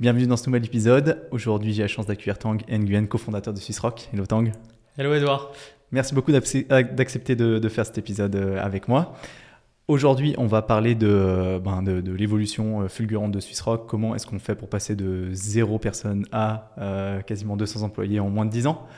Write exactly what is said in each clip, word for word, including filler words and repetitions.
Bienvenue dans ce nouvel épisode. Aujourd'hui, j'ai la chance d'accueillir Tang Nguyen, cofondateur de SwissRock. Hello Tang. Hello Edouard. Merci beaucoup d'accepter de, de faire cet épisode avec moi. Aujourd'hui, on va parler de, ben de, de l'évolution fulgurante de SwissRock. Comment est-ce qu'on fait pour passer de zéro personne à euh, quasiment deux cents employés en moins de dix ans.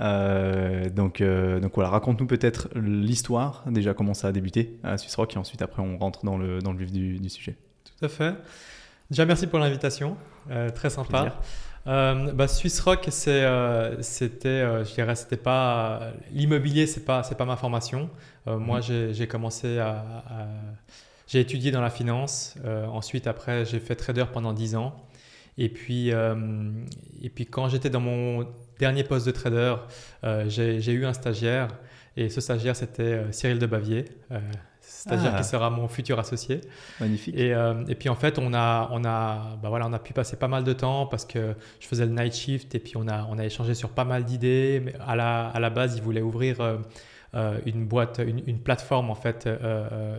Euh, donc, euh, donc voilà, raconte-nous peut-être l'histoire, déjà comment ça a débuté à SwissRock, et ensuite après on rentre dans le, dans le vif du, du sujet. Tout à fait. Déjà, merci pour l'invitation, euh, très sympa. Euh, bah, SwissRock, c'est, euh, c'était, euh, je dirais, c'était pas euh, l'immobilier, c'est pas, c'est pas ma formation. Euh, moi, mmh. j'ai, j'ai commencé à, à, j'ai étudié dans la finance. Euh, ensuite, après, j'ai fait trader pendant dix ans. Et puis, euh, et puis, quand j'étais dans mon dernier poste de trader, euh, j'ai, j'ai eu un stagiaire. Et ce stagiaire, c'était euh, Cyril de Bavier. Euh, C'est-à-dire ah. qui sera mon futur associé. Magnifique. Et, euh, et puis en fait, on a, on, a, bah voilà, on a pu passer pas mal de temps parce que je faisais le night shift et puis on a, on a échangé sur pas mal d'idées. Mais à la, à la base, il voulait ouvrir euh, euh, une boîte, une, une plateforme en fait euh, euh,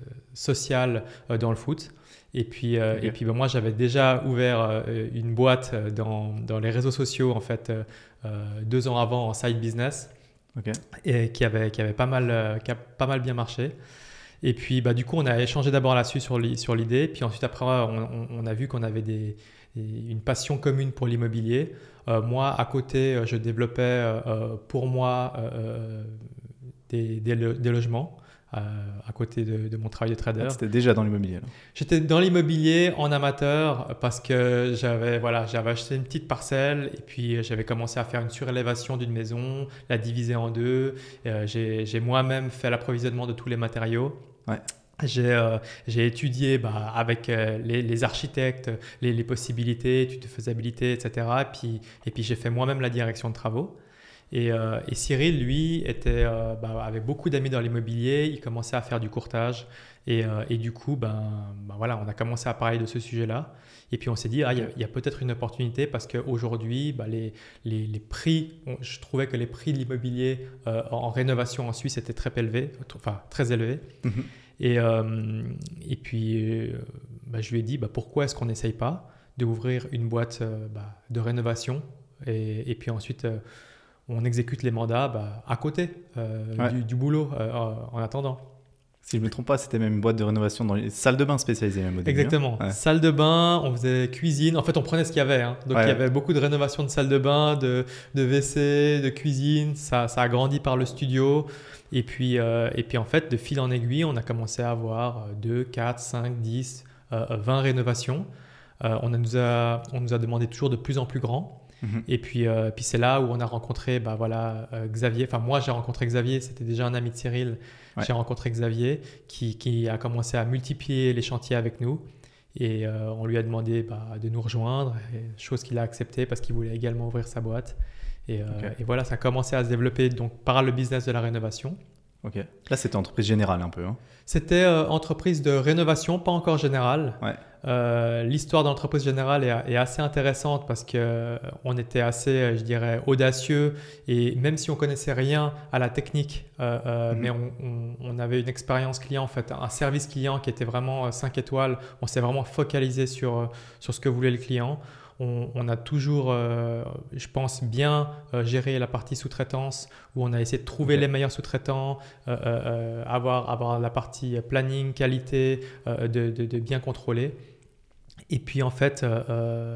sociale euh, dans le foot. Et puis, euh, okay. et puis bah, moi, j'avais déjà ouvert euh, une boîte dans, dans les réseaux sociaux en fait euh, deux ans avant en side business. Okay. Et qui avait, qui avait pas mal, euh, qui a pas mal bien marché. Et puis, bah, du coup, on a échangé d'abord là-dessus sur, sur l'idée. Puis ensuite, après, on, on a vu qu'on avait des, des, une passion commune pour l'immobilier. Euh, moi, à côté, je développais euh, pour moi euh, des, des, des logements euh, à côté de, de mon travail de trader. Ah, c'était déjà dans l'immobilier là. J'étais dans l'immobilier en amateur parce que j'avais, voilà, j'avais acheté une petite parcelle et puis j'avais commencé à faire une surélévation d'une maison, la diviser en deux. Euh, j'ai, j'ai moi-même fait l'approvisionnement de tous les matériaux. Ouais. J'ai, euh, j'ai étudié bah, avec euh, les, les architectes les, les possibilités, études de faisabilité, et cetera. Et puis, et puis j'ai fait moi-même la direction de travaux. Et, euh, et Cyril, lui, était, euh, bah, avait beaucoup d'amis dans l'immobilier. Il commençait à faire du courtage. Et, euh, et du coup, ben, ben voilà, on a commencé à parler de ce sujet-là. Et puis on s'est dit, ah, il y a, y a peut-être une opportunité parce qu'aujourd'hui, ben, les, les, les prix, on, je trouvais que les prix de l'immobilier euh, en, en rénovation en Suisse étaient très élevés. Enfin, très élevés. Mmh. Et, euh, et puis, euh, ben, je lui ai dit, ben, pourquoi est-ce qu'on n'essaye pas d'ouvrir une boîte euh, ben, de rénovation et, et puis ensuite, euh, on exécute les mandats ben, à côté euh, ouais. du, du boulot euh, en attendant. Si je ne me trompe pas, c'était même une boîte de rénovation dans les salles de bain spécialisées même au début. Exactement. Hein. Ouais. Salle de bain, on faisait cuisine. En fait, on prenait ce qu'il y avait. Hein. Donc, ouais. il y avait beaucoup de rénovations de salles de bain, de, de W C, de cuisine. Ça, ça a grandi par le studio. Et puis, euh, et puis, en fait, de fil en aiguille, on a commencé à avoir deux, quatre, cinq, dix, vingt rénovations. Euh, on, a, nous a, on nous a demandé toujours de plus en plus grand. Mmh. Et puis, euh, puis c'est là où on a rencontré bah, voilà, euh, Xavier. Enfin, moi, j'ai rencontré Xavier. C'était déjà un ami de Cyril. Ouais. J'ai rencontré Xavier qui, qui a commencé à multiplier les chantiers avec nous. Et euh, on lui a demandé bah, de nous rejoindre, chose qu'il a acceptée parce qu'il voulait également ouvrir sa boîte. Et, euh, okay. et voilà, ça a commencé à se développer donc, par le business de la rénovation. Ok. Là, c'était entreprise générale un peu. Hein. C'était euh, entreprise de rénovation, pas encore générale. Ouais. Euh, l'histoire de l'entreprise générale est, est assez intéressante parce qu'on euh, était assez, je dirais, audacieux. Et même si on ne connaissait rien à la technique, euh, euh, mm-hmm. mais on, on, on avait une expérience client, en fait, un service client qui était vraiment cinq étoiles. On s'est vraiment focalisé sur, sur ce que voulait le client. On, on a toujours, euh, je pense, bien euh, géré la partie sous-traitance où on a essayé de trouver okay. les meilleurs sous-traitants, euh, euh, avoir, avoir la partie planning, qualité, euh, de, de, de bien contrôler. Et puis en fait, euh, euh,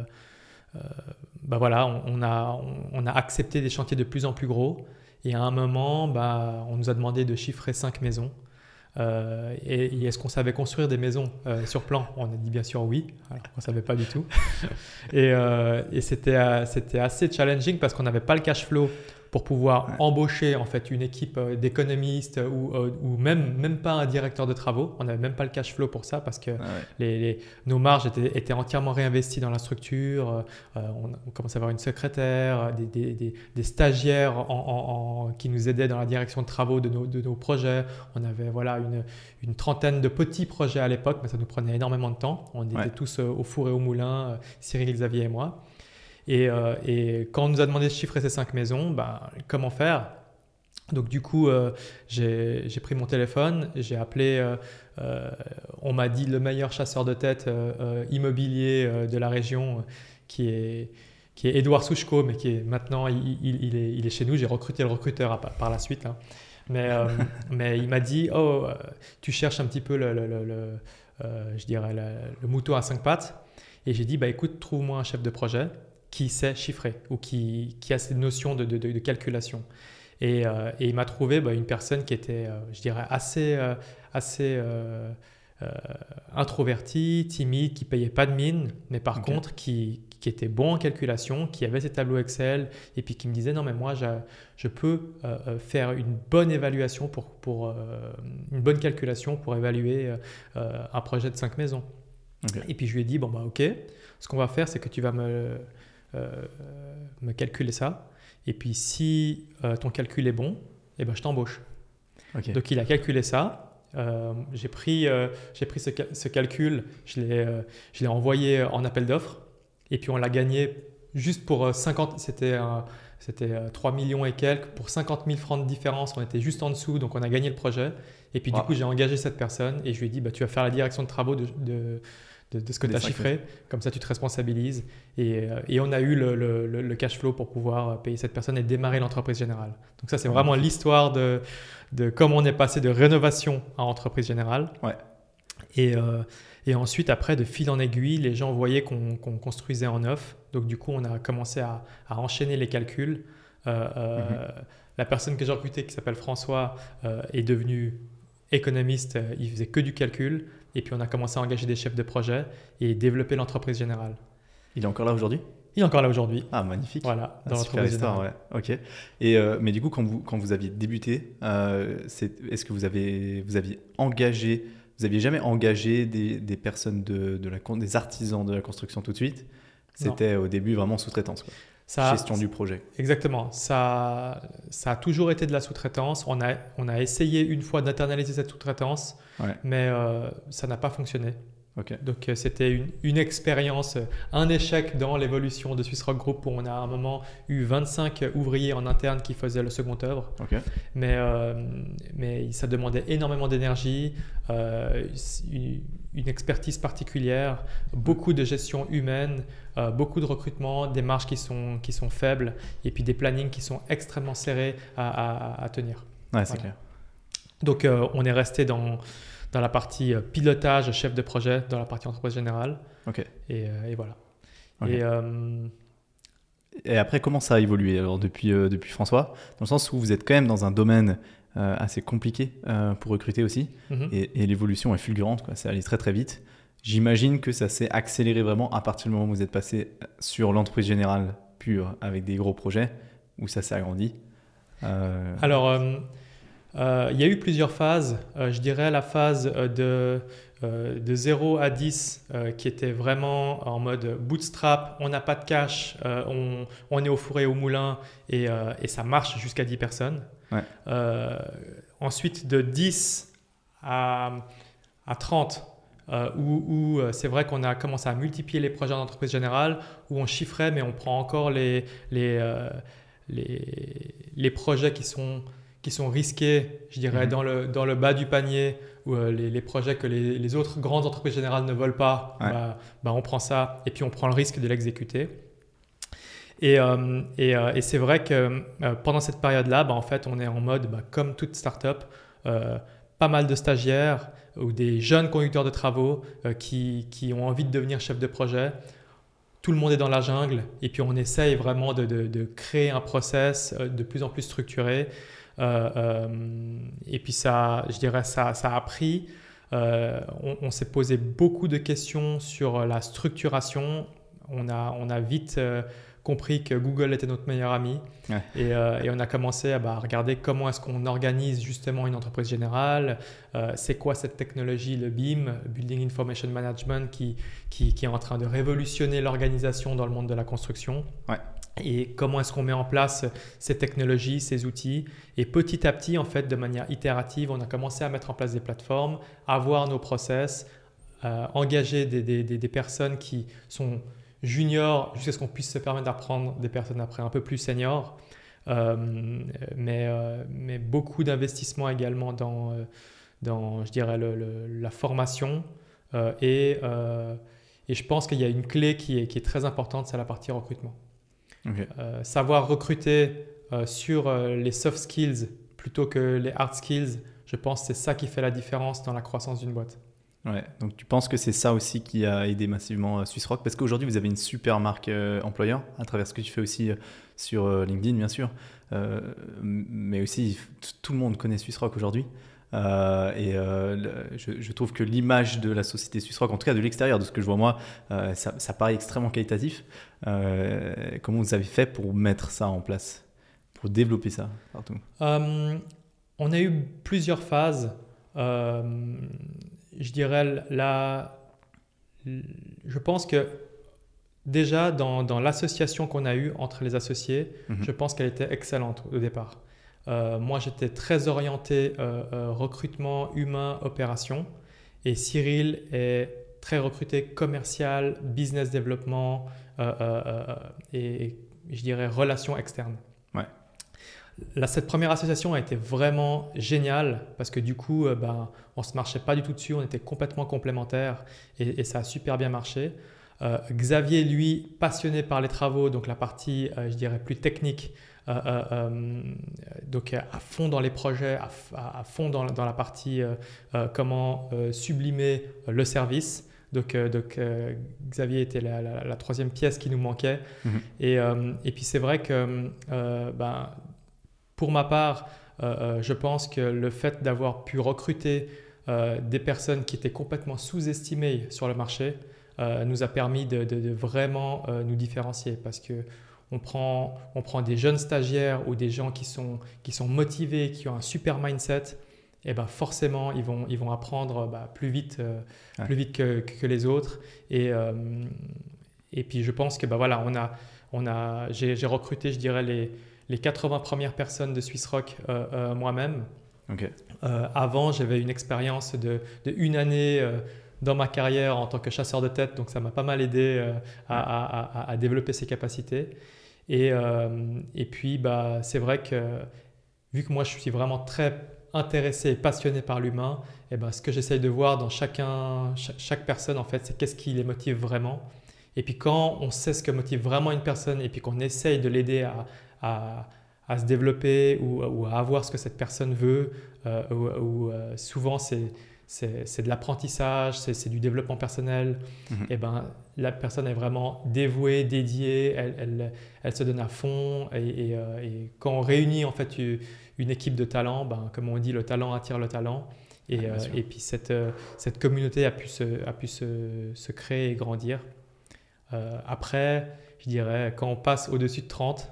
bah voilà, on, on, a, on, on a accepté des chantiers de plus en plus gros. Et à un moment, bah, on nous a demandé de chiffrer cinq maisons. Euh, et, et est-ce qu'on savait construire des maisons euh, sur plan? On a dit bien sûr oui, alors qu'on ne savait pas du tout. et euh, et c'était, euh, c'était assez challenging parce qu'on n'avait pas le cash flow pour pouvoir ouais. embaucher en fait une équipe euh, d'économistes ou, euh, ou même, même pas un directeur de travaux. On n'avait même pas le cash flow pour ça parce que ah ouais. les, les, nos marges étaient, étaient entièrement réinvesties dans la structure. Euh, on, on commençait à avoir une secrétaire, des, des, des, des stagiaires en, en, en, qui nous aidaient dans la direction de travaux de nos, de nos projets. On avait voilà, une, une trentaine de petits projets à l'époque, mais ça nous prenait énormément de temps. On était ouais. tous euh, au four et au moulin, euh, Cyril, Xavier et moi. Et, euh, et quand on nous a demandé de chiffrer ces cinq maisons, ben, comment faire? Donc du coup, euh, j'ai, j'ai pris mon téléphone, j'ai appelé, euh, euh, on m'a dit le meilleur chasseur de tête euh, euh, immobilier euh, de la région qui est, qui est Edouard Souchko, mais qui est maintenant, il, il, il, est, il est chez nous. J'ai recruté le recruteur à, par la suite. Hein. Mais, euh, mais il m'a dit, oh, euh, tu cherches un petit peu le, le, le, le euh, je dirais le, le mouton à cinq pattes. Et j'ai dit, bah, écoute, trouve-moi un chef de projet qui sait chiffrer ou qui, qui a cette notion de, de, de, de calculation. Et, euh, et il m'a trouvé bah, une personne qui était, euh, je dirais, assez, euh, assez euh, euh, introvertie, timide, qui ne payait pas de mine, mais par okay. contre qui, qui était bon en calculation, qui avait ses tableaux Excel et puis qui me disait non mais moi je, je peux euh, faire une bonne évaluation pour, pour euh, une bonne calculation pour évaluer euh, un projet de cinq maisons. Okay. Et puis je lui ai dit bon bah ok, ce qu'on va faire c'est que tu vas me, euh, me calculer ça. Et puis, si euh, ton calcul est bon, eh ben, je t'embauche. Okay. Donc, il a calculé ça. Euh, j'ai pris, euh, j'ai pris ce, ce calcul, je l'ai, euh, je l'ai envoyé en appel d'offres. Et puis, on l'a gagné juste pour cinquante, c'était, euh, c'était euh, trois millions et quelques. Pour cinquante mille francs de différence, on était juste en dessous. Donc, on a gagné le projet. Et puis, wow. du coup, j'ai engagé cette personne et je lui ai dit, bah, tu vas faire la direction de travaux de… de De, de ce que tu as chiffré, comme ça tu te responsabilises et, et on a eu le, le, le cash flow pour pouvoir payer cette personne et démarrer l'entreprise générale. Donc ça c'est vraiment ouais. l'histoire de, de comment on est passé de rénovation à entreprise générale. Ouais. Et, euh, et ensuite après de fil en aiguille, les gens voyaient qu'on, qu'on construisait en neuf. Donc du coup on a commencé à, à enchaîner les calculs. Euh, euh, mm-hmm. La personne que j'ai recrutée qui s'appelle François euh, est devenu économiste, il faisait que du calcul. Et puis, on a commencé à engager des chefs de projet et développer l'entreprise générale. Il est encore là aujourd'hui ? Il est encore là aujourd'hui. Ah, magnifique. Voilà, dans ah, l'entreprise histoire, générale. Ouais. Ok. Et, euh, mais du coup, quand vous, quand vous aviez débuté, euh, c'est, est-ce que vous, avez, vous aviez engagé, vous n'aviez jamais engagé des, des personnes, de, de la, des artisans de la construction tout de suite ? C'était non. Au début vraiment sous-traitance, quoi. Ça, gestion du projet. Exactement. Ça, ça a toujours été de la sous-traitance. On a, on a essayé une fois d'internaliser cette sous-traitance, ouais. mais euh, ça n'a pas fonctionné. Okay. Donc, euh, c'était une, une expérience, un échec dans l'évolution de Swiss Rock Group où on a à un moment eu vingt-cinq ouvriers en interne qui faisaient le second œuvre. Okay. Mais, euh, mais ça demandait énormément d'énergie, euh, une, une expertise particulière, beaucoup de gestion humaine, euh, beaucoup de recrutement, des marges qui sont, qui sont faibles et puis des plannings qui sont extrêmement serrés à, à, à tenir. Ouais, c'est voilà. clair. Donc, euh, on est resté dans… dans la partie pilotage, chef de projet, dans la partie entreprise générale. Ok. Et, euh, et voilà. Okay. Et, euh... et après, comment ça a évolué alors, depuis, euh, depuis François ? Dans le sens où vous êtes quand même dans un domaine euh, assez compliqué euh, pour recruter aussi. Mm-hmm. Et, et l'évolution est fulgurante, quoi. Ça allait très très vite. J'imagine que ça s'est accéléré vraiment à partir du moment où vous êtes passé sur l'entreprise générale pure avec des gros projets, où ça s'est agrandi. Euh... Alors... Euh... Euh, il y a eu plusieurs phases. Euh, je dirais la phase de, euh, de zéro à dix euh, qui était vraiment en mode bootstrap, on n'a pas de cash, euh, on, on est au four et au moulin et, euh, et ça marche jusqu'à dix personnes. Ouais. Euh, ensuite, de dix à, à trente, euh, où, où c'est vrai qu'on a commencé à multiplier les projets d'entreprise générale, où on chiffrait, mais on prend encore les, les, euh, les, les projets qui sont... qui sont risqués, je dirais, mmh. dans, le, dans le bas du panier, ou euh, les, les projets que les, les autres grandes entreprises générales ne veulent pas, ouais. bah, bah on prend ça et puis on prend le risque de l'exécuter. Et, euh, et, euh, et c'est vrai que euh, pendant cette période-là, bah, en fait, on est en mode, bah, comme toute start-up, euh, pas mal de stagiaires ou des jeunes conducteurs de travaux euh, qui, qui ont envie de devenir chef de projet. Tout le monde est dans la jungle et puis on essaye vraiment de, de, de créer un process de plus en plus structuré. Euh, euh, et puis ça, je dirais, ça, ça a pris. Euh, on, on s'est posé beaucoup de questions sur la structuration. On a, on a vite euh, compris que Google était notre meilleur ami. Ouais. Et, euh, et on a commencé à bah, regarder comment est-ce qu'on organise justement une entreprise générale. Euh, c'est quoi cette technologie, le B I M, Building Information Management, qui, qui, qui est en train de révolutionner l'organisation dans le monde de la construction. Ouais. Et comment est-ce qu'on met en place ces technologies, ces outils. Et petit à petit, en fait, de manière itérative, on a commencé à mettre en place des plateformes, avoir nos process, euh, engager des, des, des, des personnes qui sont juniors jusqu'à ce qu'on puisse se permettre d'apprendre des personnes après un peu plus seniors. Euh, mais, euh, mais beaucoup d'investissements également dans, dans je dirais, le, le, la formation euh, et, euh, Et je pense qu'il y a une clé qui est, qui est très importante, c'est la partie recrutement. Okay. Euh, savoir recruter euh, sur euh, les soft skills plutôt que les hard skills, je pense que c'est ça qui fait la différence dans la croissance d'une boîte. Ouais, donc tu penses que c'est ça aussi qui a aidé massivement euh, SwissRock, parce qu'aujourd'hui vous avez une super marque euh, employeur à travers ce que tu fais aussi euh, sur euh, LinkedIn bien sûr, euh, mais aussi t- tout le monde connaît SwissRock aujourd'hui. Euh, et euh, le, je, je trouve que l'image de la société SwissRock, en tout cas de l'extérieur, de ce que je vois moi, euh, ça, ça paraît extrêmement qualitatif. Euh, comment vous avez fait pour mettre ça en place, pour développer ça partout? Euh, on a eu plusieurs phases. Euh, je dirais là, je pense que déjà dans, dans l'association qu'on a eue entre les associés, mm-hmm. je pense qu'elle était excellente au départ. Euh, moi, j'étais très orienté euh, euh, recrutement humain, opération, et Cyril est très recruté commercial, business développement euh, euh, et, et je dirais relations externes. Ouais. Là, cette première association a été vraiment géniale parce que du coup, euh, ben, on ne se marchait pas du tout dessus, on était complètement complémentaires et, et ça a super bien marché. Euh, Xavier, lui, passionné par les travaux, donc la partie, euh, je dirais, plus technique, euh, euh, euh, donc à fond dans les projets, à, à, à fond dans, dans la partie euh, euh, comment euh, sublimer le service. Donc, euh, donc euh, Xavier était la, la, la troisième pièce qui nous manquait. Mm-hmm. Et, euh, et puis c'est vrai que euh, ben, pour ma part, euh, je pense que le fait d'avoir pu recruter euh, des personnes qui étaient complètement sous-estimées sur le marché euh, nous a permis de, de, de vraiment euh, nous différencier parce qu'on prend, on prend des jeunes stagiaires ou des gens qui sont, qui sont motivés, qui ont un super mindset, et ben forcément, ils vont, ils vont apprendre bah, plus vite, euh, ouais. plus vite que, que les autres. Et, euh, et puis, je pense que bah, voilà, on a, on a, j'ai, j'ai recruté, je dirais, les les quatre-vingts premières personnes de SwissRock euh, euh, moi-même. Okay. Euh, avant, j'avais une expérience de, de une année euh, dans ma carrière en tant que chasseur de tête, donc ça m'a pas mal aidé euh, à, à, à, à développer ces capacités. Et, euh, et puis, bah, c'est vrai que vu que moi, je suis vraiment très intéressé et passionné par l'humain, et ben, ce que j'essaye de voir dans chacun, chaque, chaque personne, en fait, c'est qu'est-ce qui les motive vraiment. Et puis, quand on sait ce que motive vraiment une personne et puis qu'on essaye de l'aider à À, à se développer ou, ou à avoir ce que cette personne veut, euh, ou, ou euh, souvent c'est, c'est, c'est de l'apprentissage, c'est, c'est du développement personnel, mm-hmm. et ben, la personne est vraiment dévouée, dédiée, elle, elle, elle se donne à fond et, et, euh, et quand on réunit en fait une équipe de talents, ben, comme on dit, le talent attire le talent et, ah, euh, et puis cette, cette communauté a pu se, a pu se, se créer et grandir. Euh, après, je dirais, quand on passe au-dessus de trente,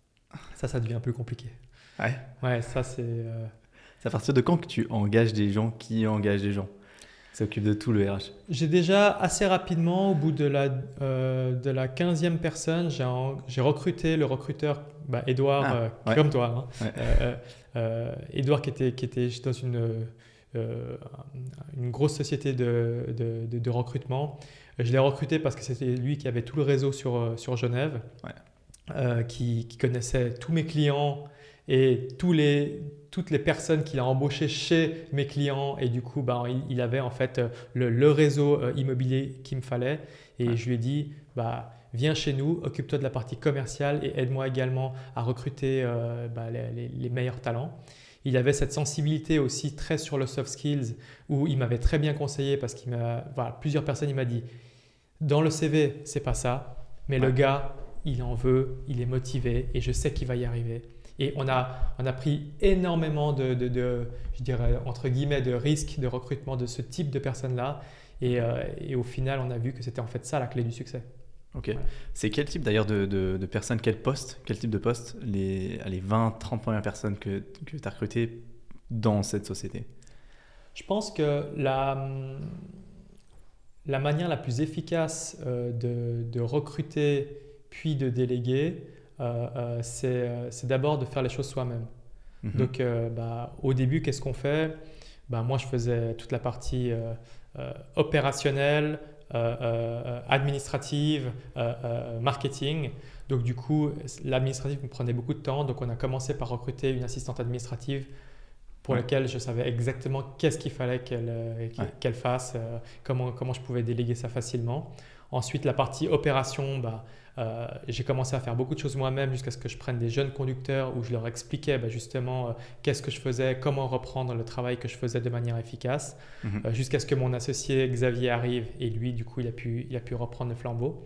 ça, ça devient un peu compliqué. Ouais. Ouais, ça c'est. Euh... C'est à partir de quand que tu engages des gens qui engagent des gens, qui s'occupent de tout le R H? J'ai déjà assez rapidement, au bout de la, euh, de la quinzième personne, j'ai, en... j'ai recruté le recruteur, bah, Edouard, ah, euh, ouais. comme toi. Hein. Ouais. Euh, euh, Edouard qui était, qui était dans une, euh, une grosse société de, de, de, de recrutement. Je l'ai recruté parce que c'était lui qui avait tout le réseau sur, sur Genève. Ouais. Euh, qui, qui connaissait tous mes clients et tous les, toutes les personnes qu'il a embauchées chez mes clients et du coup bah, il, il avait en fait le, le réseau euh, immobilier qu'il me fallait et ouais. je lui ai dit bah, viens chez nous, occupe-toi de la partie commerciale et aide-moi également à recruter euh, bah, les, les, les meilleurs talents. Il avait cette sensibilité aussi très sur le soft skills où il m'avait très bien conseillé parce qu'il m'a voilà, plusieurs personnes il m'a dit dans le C V c'est pas ça mais ouais. le gars il en veut, il est motivé et je sais qu'il va y arriver. Et on a, on a pris énormément de, de, de, je dirais, entre guillemets, de risques de recrutement de ce type de personnes-là. Et, euh, et au final, on a vu que c'était en fait ça la clé du succès. Ok. Ouais. C'est quel type d'ailleurs de, de, de personnes, quel poste, quel type de poste, les, les vingt, trente premières personnes que, que tu as recrutées dans cette société? Je pense que la, la manière la plus efficace euh, de, de recruter puis de déléguer, euh, euh, c'est, euh, c'est d'abord de faire les choses soi-même. Mm-hmm. Donc, euh, bah, au début, qu'est-ce qu'on fait? Bah, moi, je faisais toute la partie euh, euh, opérationnelle, euh, euh, administrative, euh, euh, marketing. Donc, du coup, l'administratif me prenait beaucoup de temps. Donc, on a commencé par recruter une assistante administrative pour ouais. laquelle je savais exactement qu'est-ce qu'il fallait qu'elle, qu'elle, ouais. qu'elle fasse, euh, comment, comment je pouvais déléguer ça facilement. Ensuite, la partie opération, bah, euh, j'ai commencé à faire beaucoup de choses moi-même jusqu'à ce que je prenne des jeunes conducteurs où je leur expliquais bah, justement euh, qu'est-ce que je faisais, comment reprendre le travail que je faisais de manière efficace, Mhm. euh, jusqu'à ce que mon associé Xavier arrive et lui, du coup, il a pu, il a pu reprendre le flambeau.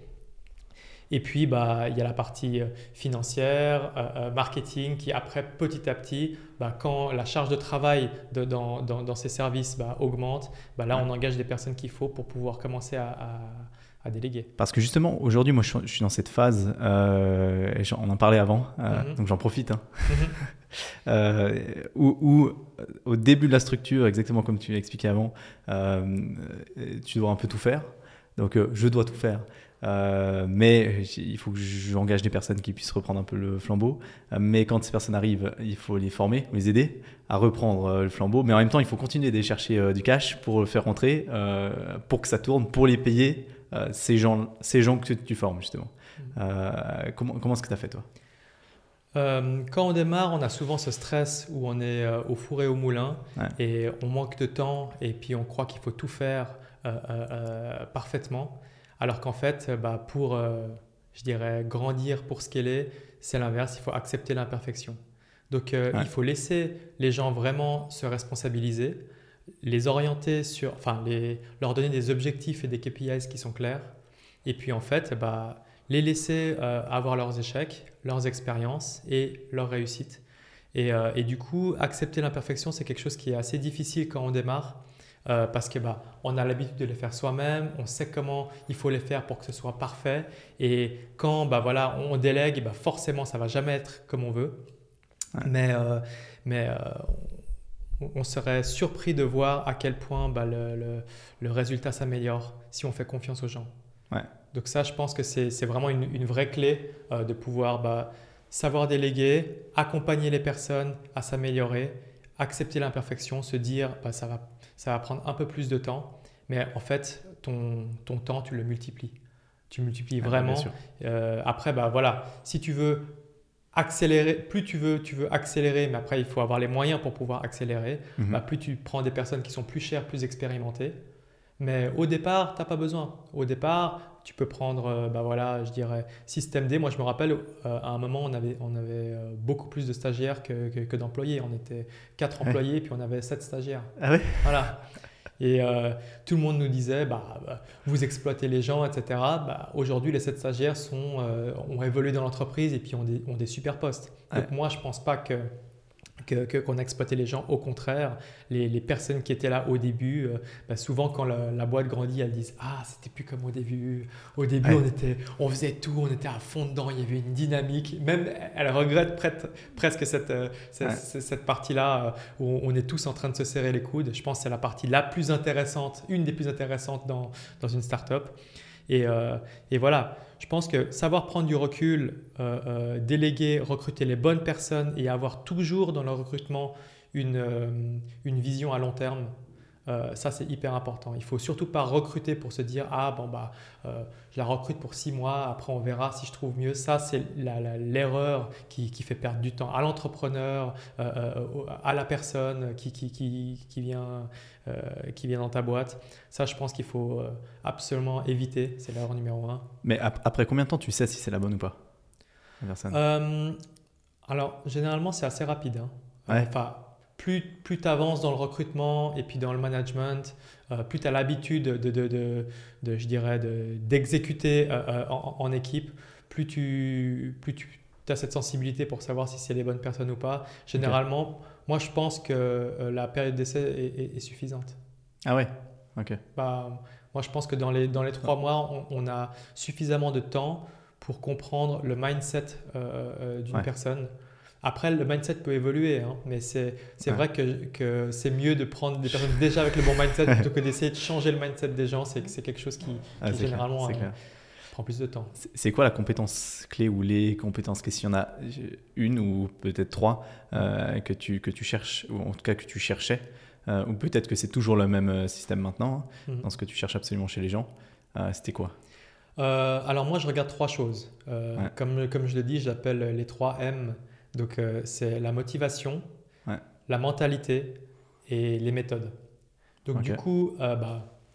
Et puis, bah, il y a la partie euh, financière, euh, euh, marketing, qui après, petit à petit, bah, quand la charge de travail de- dans, dans- dans ces services bah, augmente, bah, là, Ouais. on engage des personnes qu'il faut pour pouvoir commencer à, à- à déléguer. Parce que justement, aujourd'hui, moi, je suis, je suis dans cette phase, euh, et j'en- on en parlait avant, euh, Mhm. donc j'en profite, hein, Mhm. euh, où, où, euh, au début de la structure, exactement comme tu l'as expliqué avant, euh, tu dois un peu tout faire. Donc, euh, je dois tout faire. Euh, mais il faut que j'engage des personnes qui puissent reprendre un peu le flambeau. Euh, mais quand ces personnes arrivent, il faut les former, les aider à reprendre euh, le flambeau. Mais en même temps, il faut continuer d'aller chercher euh, du cash pour le faire rentrer, euh, pour que ça tourne, pour les payer. Euh, ces, gens, ces gens que tu formes justement. Euh, comment, comment est-ce que tu as fait toi? Euh, quand on démarre, on a souvent ce stress où on est euh, au four et au moulin Ouais. et on manque de temps et puis on croit qu'il faut tout faire euh, euh, euh, parfaitement. Alors qu'en fait, euh, bah, pour, euh, je dirais, grandir pour ce qu'elle est, c'est l'inverse, il faut accepter l'imperfection. Donc euh, Ouais. il faut laisser les gens vraiment se responsabiliser, les orienter sur, enfin, les, leur donner des objectifs et des K P Is qui sont clairs. Et puis en fait, bah, les laisser euh, avoir leurs échecs, leurs expériences et leurs réussites. Et, euh, et du coup, accepter l'imperfection, c'est quelque chose qui est assez difficile quand on démarre euh, parce que bah, on a l'habitude de les faire soi-même, on sait comment il faut les faire pour que ce soit parfait. Et quand bah, voilà, on délègue, bah, forcément, ça va jamais être comme on veut. Ouais. Mais, euh, mais euh, on serait surpris de voir à quel point bah, le, le, le résultat s'améliore si on fait confiance aux gens. Ouais. Donc ça, je pense que c'est c'est vraiment une, une vraie clé euh, de pouvoir bah, savoir déléguer, accompagner les personnes à s'améliorer, accepter l'imperfection, se dire bah, ça va, ça va prendre un peu plus de temps, mais en fait, ton, ton temps, tu le multiplies. Tu multiplies Ouais, vraiment. bien sûr. Euh, après, bah, voilà, si tu veux accélérer, plus tu veux, tu veux accélérer, mais après, il faut avoir les moyens pour pouvoir accélérer, Mhm. bah, plus tu prends des personnes qui sont plus chères, plus expérimentées. Mais au départ, tu n'as pas besoin. Au départ, tu peux prendre, euh, bah voilà, je dirais, système D. Moi, je me rappelle, euh, à un moment, on avait, on avait euh, beaucoup plus de stagiaires que, que, que d'employés. On était quatre Ouais. employés, puis on avait sept stagiaires. Ah ouais. Voilà. Et euh, tout le monde nous disait, bah, bah, vous exploitez les gens, et cetera. Bah, aujourd'hui, les sept stagiaires sont, euh, ont évolué dans l'entreprise et puis ont des, ont des super postes. Donc Ouais. moi, je ne pense pas que que, que- qu'on a exploité les gens. Au contraire, les, les personnes qui étaient là au début, euh, bah, souvent quand la, la boîte grandit, elles disent ah c'était plus comme au début. Au début Ouais. on était, on faisait tout, on était à fond dedans, il y avait une dynamique. Même elle regrette prête- presque cette, euh, cette, Ouais. cette- cette partie-là euh, où on est tous en train de se serrer les coudes. Je pense que c'est la partie la plus intéressante, une des plus intéressantes dans, dans une startup. Et, euh, et voilà, je pense que savoir prendre du recul, euh, euh, déléguer, recruter les bonnes personnes et avoir toujours dans le recrutement une, euh, une vision à long terme, euh, ça c'est hyper important. Il ne faut surtout pas recruter pour se dire ah bon bah euh, je la recrute pour six mois, après on verra si je trouve mieux. Ça c'est la- la- l'erreur qui, qui fait perdre du temps à l'entrepreneur, euh, euh, à la personne qui, qui, qui, qui vient, euh, qui vient dans ta boîte. Ça je pense qu'il faut euh, absolument éviter. C'est l'erreur numéro un. Mais ap- après combien de temps tu sais si c'est la bonne ou pas, la personne? Euh, alors, généralement, c'est assez rapide, hein. Euh, Ouais. Enfin, plus, plus tu avances dans le recrutement et puis dans le management, euh, plus tu as l'habitude de, de, de, de, je dirais, de- d'exécuter euh, euh, en, en équipe, plus tu, plus tu as cette sensibilité pour savoir si c'est les bonnes personnes ou pas. Généralement, moi, je pense que euh, la période d'essai est, est- est suffisante. Ah ouais. Ok. Bah, moi, je pense que dans les, dans les trois mois, on, on a suffisamment de temps pour comprendre le mindset euh, euh, d'une Ouais. personne. Après, le mindset peut évoluer, hein, mais c'est c'est Ouais. vrai que, que c'est mieux de prendre des personnes déjà avec le bon mindset plutôt que d'essayer de changer le mindset des gens. C'est c'est quelque chose qui, Ah, qui c'est clair, généralement c'est euh, clair. prend plus de temps. C'est c'est quoi la compétence clé ou les compétences clés, s'il y en a une ou peut-être trois euh, que, tu, que tu cherches, ou en tout cas que tu cherchais, euh, ou peut-être que c'est toujours le même euh, système maintenant, hein, Mhm. dans ce que tu cherches absolument chez les gens, euh, c'était quoi? Euh, alors moi, je regarde trois choses. Euh, Ouais. comme, comme je le dis, j'appelle les trois M. Donc euh, c'est la motivation, Ouais. la mentalité et les méthodes. Donc Ok. du coup, euh, bah,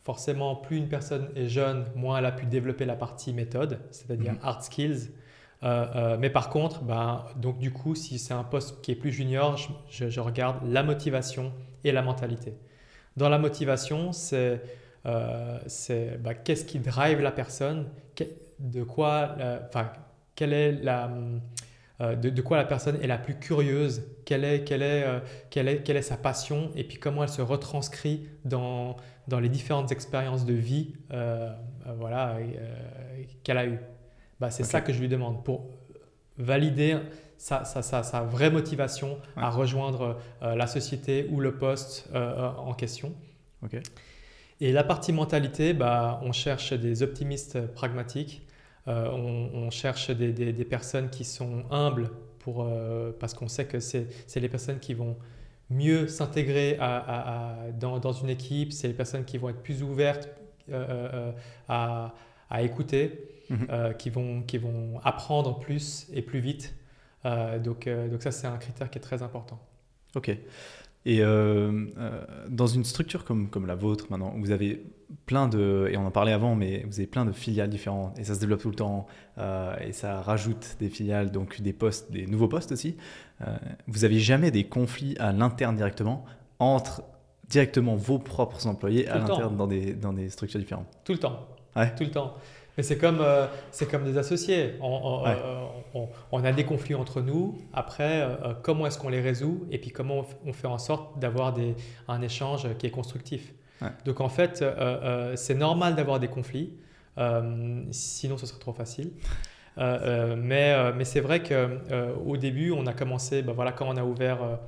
forcément, plus une personne est jeune, moins elle a pu développer la partie méthode, c'est-à-dire Mhm. hard skills. Euh, euh, mais par contre, ben, donc du coup, si c'est un poste qui est plus junior, je, je- je regarde la motivation et la mentalité. Dans la motivation, c'est euh, c'est, bah, qu'est-ce qui drive la personne, que- de quoi, euh, enfin, quelle est la, euh, de, de quoi la personne est la plus curieuse, quelle est, quelle est, euh, quelle est, quelle est sa passion, et puis comment elle se retranscrit dans, dans les différentes expériences de vie euh, euh, voilà, euh, qu'elle a eues. Bah, c'est Ok. ça que je lui demande pour valider sa, sa, sa, sa vraie motivation Ouais. à rejoindre euh, la société ou le poste euh, en question. Ok. Et la partie mentalité, bah, on cherche des optimistes pragmatiques, euh, on, on cherche des, des- des personnes qui sont humbles pour, euh, parce qu'on sait que c'est c'est les personnes qui vont mieux s'intégrer à- à- à- dans, dans une équipe, c'est les personnes qui vont être plus ouvertes euh, euh, à, à écouter, Mhm. euh, qui, vont, qui vont apprendre plus et plus vite. Euh, donc, euh, donc ça, c'est un critère qui est très important. Ok. Et euh, euh, dans une structure comme, comme la vôtre maintenant, vous avez plein de, et on en parlait avant, mais vous avez plein de filiales différentes et ça se développe tout le temps euh, et ça rajoute des filiales, donc des postes, des nouveaux postes aussi. Euh, vous n'avez jamais des conflits à l'interne directement entre directement vos propres employés Tout à le l'interne temps. dans des, dans des structures différentes? Tout le temps. Ouais, Tout le temps. Mais c'est comme, euh, c'est comme des associés. On, on- ouais, euh, on- on a des conflits entre nous. Après, euh, euh, comment est-ce qu'on les résout? Et puis comment on, f- on fait en sorte d'avoir des, un échange qui est constructif. ouais. Donc en fait, euh, euh, c'est normal d'avoir des conflits. Euh, sinon, ce serait trop facile. Euh, euh, mais euh, mais c'est vrai qu'au début, on a commencé, ben voilà, quand on a ouvert euh,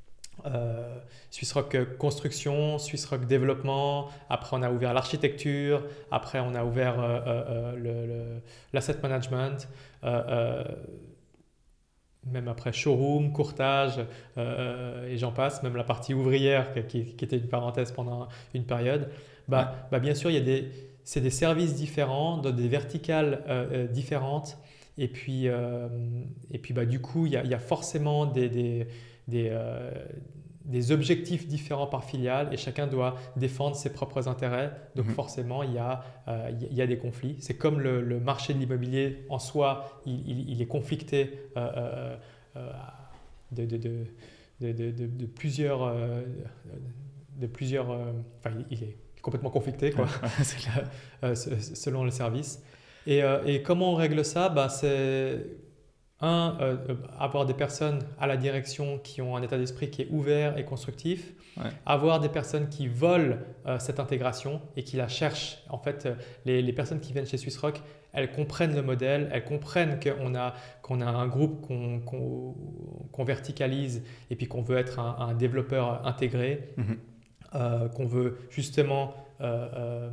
euh, Swiss Rock Construction, Swiss Rock Développement, après on a ouvert l'architecture, après on a ouvert euh, euh, euh, le- le- l'asset management, euh, euh, même après showroom, courtage, euh, et j'en passe, même la partie ouvrière qui, qui était une parenthèse pendant une période. Ouais. Bah, bah bien sûr, il y a des, c'est des services différents, dans des verticales euh, euh, différentes, et puis, euh, et puis bah, du coup, il y a, il y a forcément des, des, des, euh, des objectifs différents par filiale, et chacun doit défendre ses propres intérêts. Donc Mhm. forcément, il y a, euh, il y a des conflits. C'est comme le, le marché de l'immobilier en soi, il, il- il est conflicté euh, euh, euh, de, de, de, de, de- de- de plusieurs, euh, de plusieurs, euh, enfin, il il est complètement conflicté quoi, Ouais, c'est clair. euh, se- selon le service. Et, euh, et comment on règle ça? Bah, c'est un, euh, euh, avoir des personnes à la direction qui ont un état d'esprit qui est ouvert et constructif, Ouais. avoir des personnes qui veulent euh, cette intégration et qui la cherchent. En fait, euh, les, les personnes qui viennent chez Swiss Rock, elles comprennent le modèle, elles comprennent qu'on a, qu'on a un groupe qu'on qu'on- qu'on verticalise et puis qu'on veut être un, un développeur intégré, Mhm. euh, qu'on veut justement euh, euh,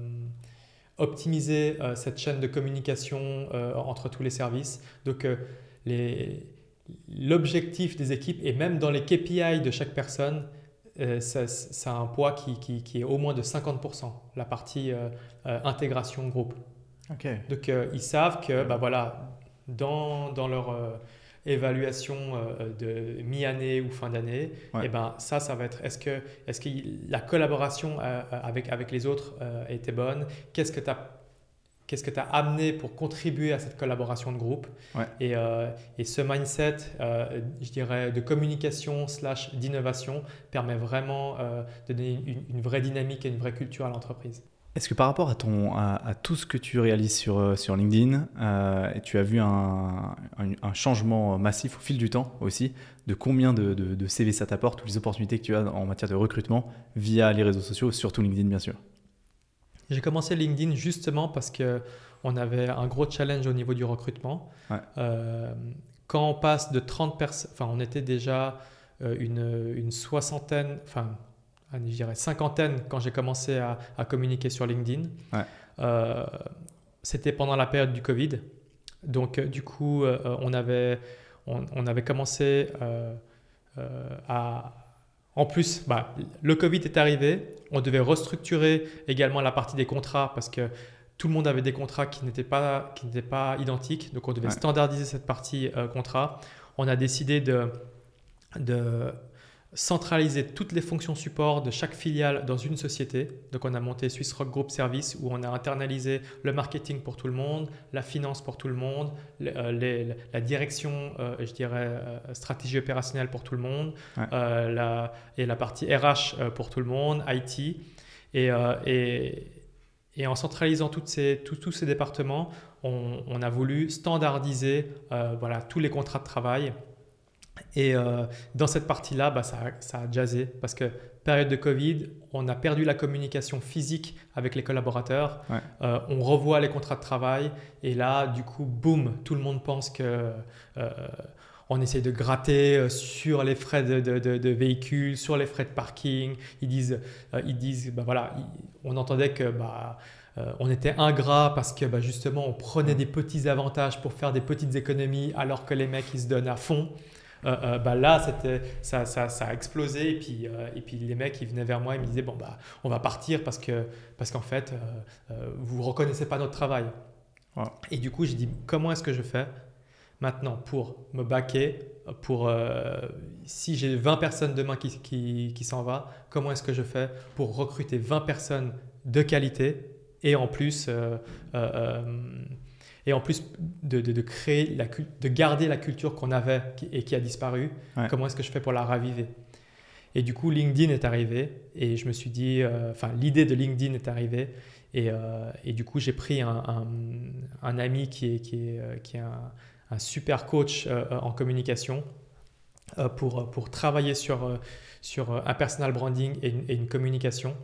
optimiser euh, cette chaîne de communication euh, entre tous les services. Donc, euh, les- l'objectif des équipes et même dans les K P I de chaque personne, euh, ça, ça a un poids qui, qui- qui est au moins de cinquante pour cent, la partie euh, euh, intégration groupe. Ok. Donc, euh, ils savent que bah, voilà, dans, dans leur euh, évaluation euh, de mi-année ou fin d'année, Ouais. et ben, ça, ça va être est-ce que, est-ce que la collaboration euh, avec, avec les autres euh, était bonne? Qu'est-ce que tu as Qu'est-ce que tu as amené pour contribuer à cette collaboration de groupe? Ouais. Et, euh, et ce mindset, euh, je dirais, de communication slash d'innovation permet vraiment euh, de donner une, une vraie dynamique et une vraie culture à l'entreprise. Est-ce que par rapport à, ton, à, à tout ce que tu réalises sur, euh, sur LinkedIn, euh, et tu as vu un, un, un changement massif au fil du temps aussi, de combien de, de, de C V ça t'apporte, ou les opportunités que tu as en matière de recrutement via les réseaux sociaux, surtout LinkedIn bien sûr? J'ai commencé LinkedIn justement parce qu'on avait un gros challenge au niveau du recrutement. Ouais. Euh, quand on passe de trente personnes, enfin on était déjà euh, une, une soixantaine, enfin je dirais cinquantaine quand j'ai commencé à, à communiquer sur LinkedIn. Ouais. Euh, c'était pendant la période du Covid. Donc euh, du coup, euh, on, avait, on, on avait commencé euh, euh, à... En plus, bah, le Covid est arrivé, on devait restructurer également la partie des contrats parce que tout le monde avait des contrats qui n'étaient pas, qui n'étaient pas identiques, donc on devait Ouais. standardiser cette partie euh, contrat. On a décidé de, de centraliser toutes les fonctions support de chaque filiale dans une société. Donc, on a monté SwissRock Group Service où on a internalisé le marketing pour tout le monde, la finance pour tout le monde, les, les, la direction, euh, je dirais, euh, stratégie opérationnelle pour tout le monde, ouais. euh, la, et la partie R H euh, pour tout le monde, I T. Et, euh, et, et en centralisant toutes ces, tous, tous ces départements, on, on a voulu standardiser euh, voilà, tous les contrats de travail. Et euh, dans cette partie-là, bah, ça, ça a jazzé parce que période de Covid, on a perdu la communication physique avec les collaborateurs. Ouais. Euh, on revoit les contrats de travail et là, du coup, boum, tout le monde pense que euh, on essaye de gratter sur les frais de, de, de, de véhicules, sur les frais de parking. Ils disent, euh, ils disent, bah, voilà, ils, on entendait que bah, euh, on était ingrat parce que bah, justement, on prenait des petits avantages pour faire des petites économies alors que les mecs ils se donnent à fond. Euh, euh, bah là, c'était, ça, ça, ça a explosé et puis, euh, et puis les mecs ils venaient vers moi et me disaient bon, bah, on va partir parce, que, parce qu'en fait, euh, euh, vous ne reconnaissez pas notre travail. Ouais. Et du coup, j'ai dit comment est-ce que je fais maintenant pour me baquer, pour, euh, si j'ai vingt personnes demain qui, qui, qui s'en va, comment est-ce que je fais pour recruter vingt personnes de qualité et en plus… Euh, euh, Et en plus de, de, de, créer la, de garder la culture qu'on avait et qui a disparu, ouais. Comment est-ce que je fais pour la raviver? Et du coup, LinkedIn est arrivé et je me suis dit, euh, enfin, l'idée de LinkedIn est arrivée et, euh, et du coup, j'ai pris un, un, un ami qui est, qui est, qui est un, un super coach euh, en communication euh, pour, pour travailler sur, sur un personal branding et une, et une communication.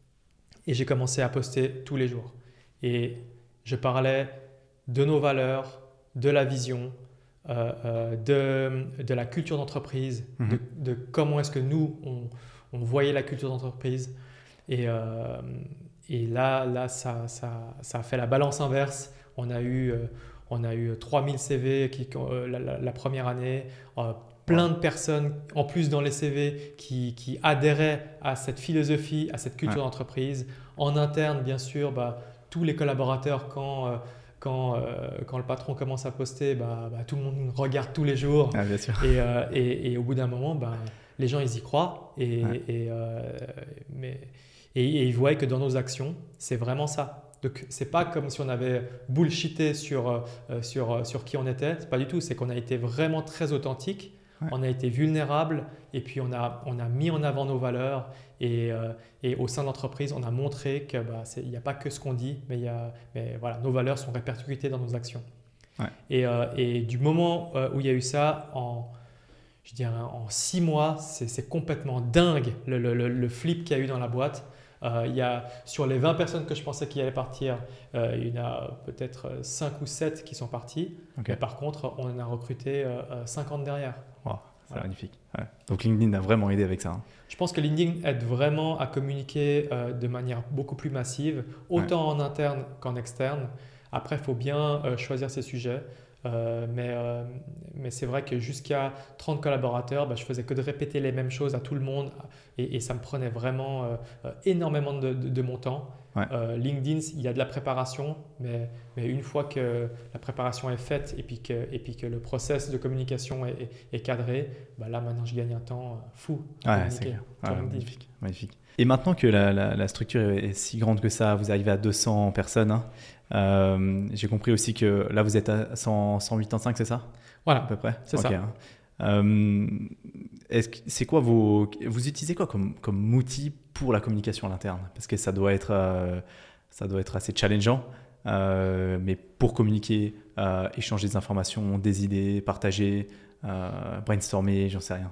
Et j'ai commencé à poster tous les jours. Et je parlais de nos valeurs, de la vision, euh, euh, de, de la culture d'entreprise, mmh. de, de comment est-ce que nous, on, on voyait la culture d'entreprise. Et, euh, et là, là ça, ça, ça a fait la balance inverse. On a eu, euh, on a eu trois mille C V qui, euh, la, la, la première année, euh, plein ouais. de personnes, en plus dans les C V, qui, qui adhéraient à cette philosophie, à cette culture ouais. d'entreprise. En interne, bien sûr, bah, tous les collaborateurs, quand… Euh, Quand, euh, quand le patron commence à poster, bah, bah, tout le monde regarde tous les jours. Ah, bien sûr. Et, euh, et, et au bout d'un moment, bah, les gens ils y croient et, ouais. et, euh, mais, et, et ils voient que dans nos actions, c'est vraiment ça. Donc, ce n'est pas comme si on avait bullshité sur, euh, sur, sur qui on était. Ce n'est pas du tout. C'est qu'on a été vraiment très authentique. Ouais. On a été vulnérable et puis on a, on a mis en avant nos valeurs et, euh, et au sein de l'entreprise, on a montré qu'il bah, n'y a pas que ce qu'on dit, mais, y a, mais voilà, nos valeurs sont répercutées dans nos actions. Ouais. Et, euh, et du moment euh, où il y a eu ça, en, je dirais, en six mois, c'est, c'est complètement dingue le, le, le, le flip qu'il y a eu dans la boîte. Euh, il y a, sur les vingt personnes que je pensais qui allaient partir, euh, il y en a peut-être cinq ou sept qui sont partis. Okay. Mais par contre, on en a recruté euh, cinquante derrière. Wow, c'est voilà. Magnifique. Ouais. Donc LinkedIn a vraiment aidé avec ça. Hein. Je pense que LinkedIn aide vraiment à communiquer euh, de manière beaucoup plus massive, autant ouais. en interne qu'en externe. Après, il faut bien euh, choisir ses sujets. Euh, mais, euh, mais c'est vrai que jusqu'à trente collaborateurs, bah, je faisais que de répéter les mêmes choses à tout le monde et, et ça me prenait vraiment euh, énormément de, de, de mon temps. Ouais. Euh, LinkedIn, il y a de la préparation, mais, mais une fois que la préparation est faite et puis que, et puis que le process de communication est, est, est cadré, bah là maintenant je gagne un temps fou. Ouais, c'est clair. Ouais, magnifique, magnifique. Et maintenant que la, la, la structure est si grande que ça, vous arrivez à deux cents personnes, hein, euh, j'ai compris aussi que là vous êtes à cent, cent quatre-vingt-cinq, c'est ça? Voilà, à peu près. C'est okay, ça. Hein. Euh, est-ce que, c'est quoi vos, vous utilisez quoi comme, comme outil pour la communication à l'interne? Parce que ça doit être, euh, ça doit être assez challengeant, euh, mais pour communiquer, euh, échanger des informations, des idées, partager, euh, brainstormer, j'en sais rien.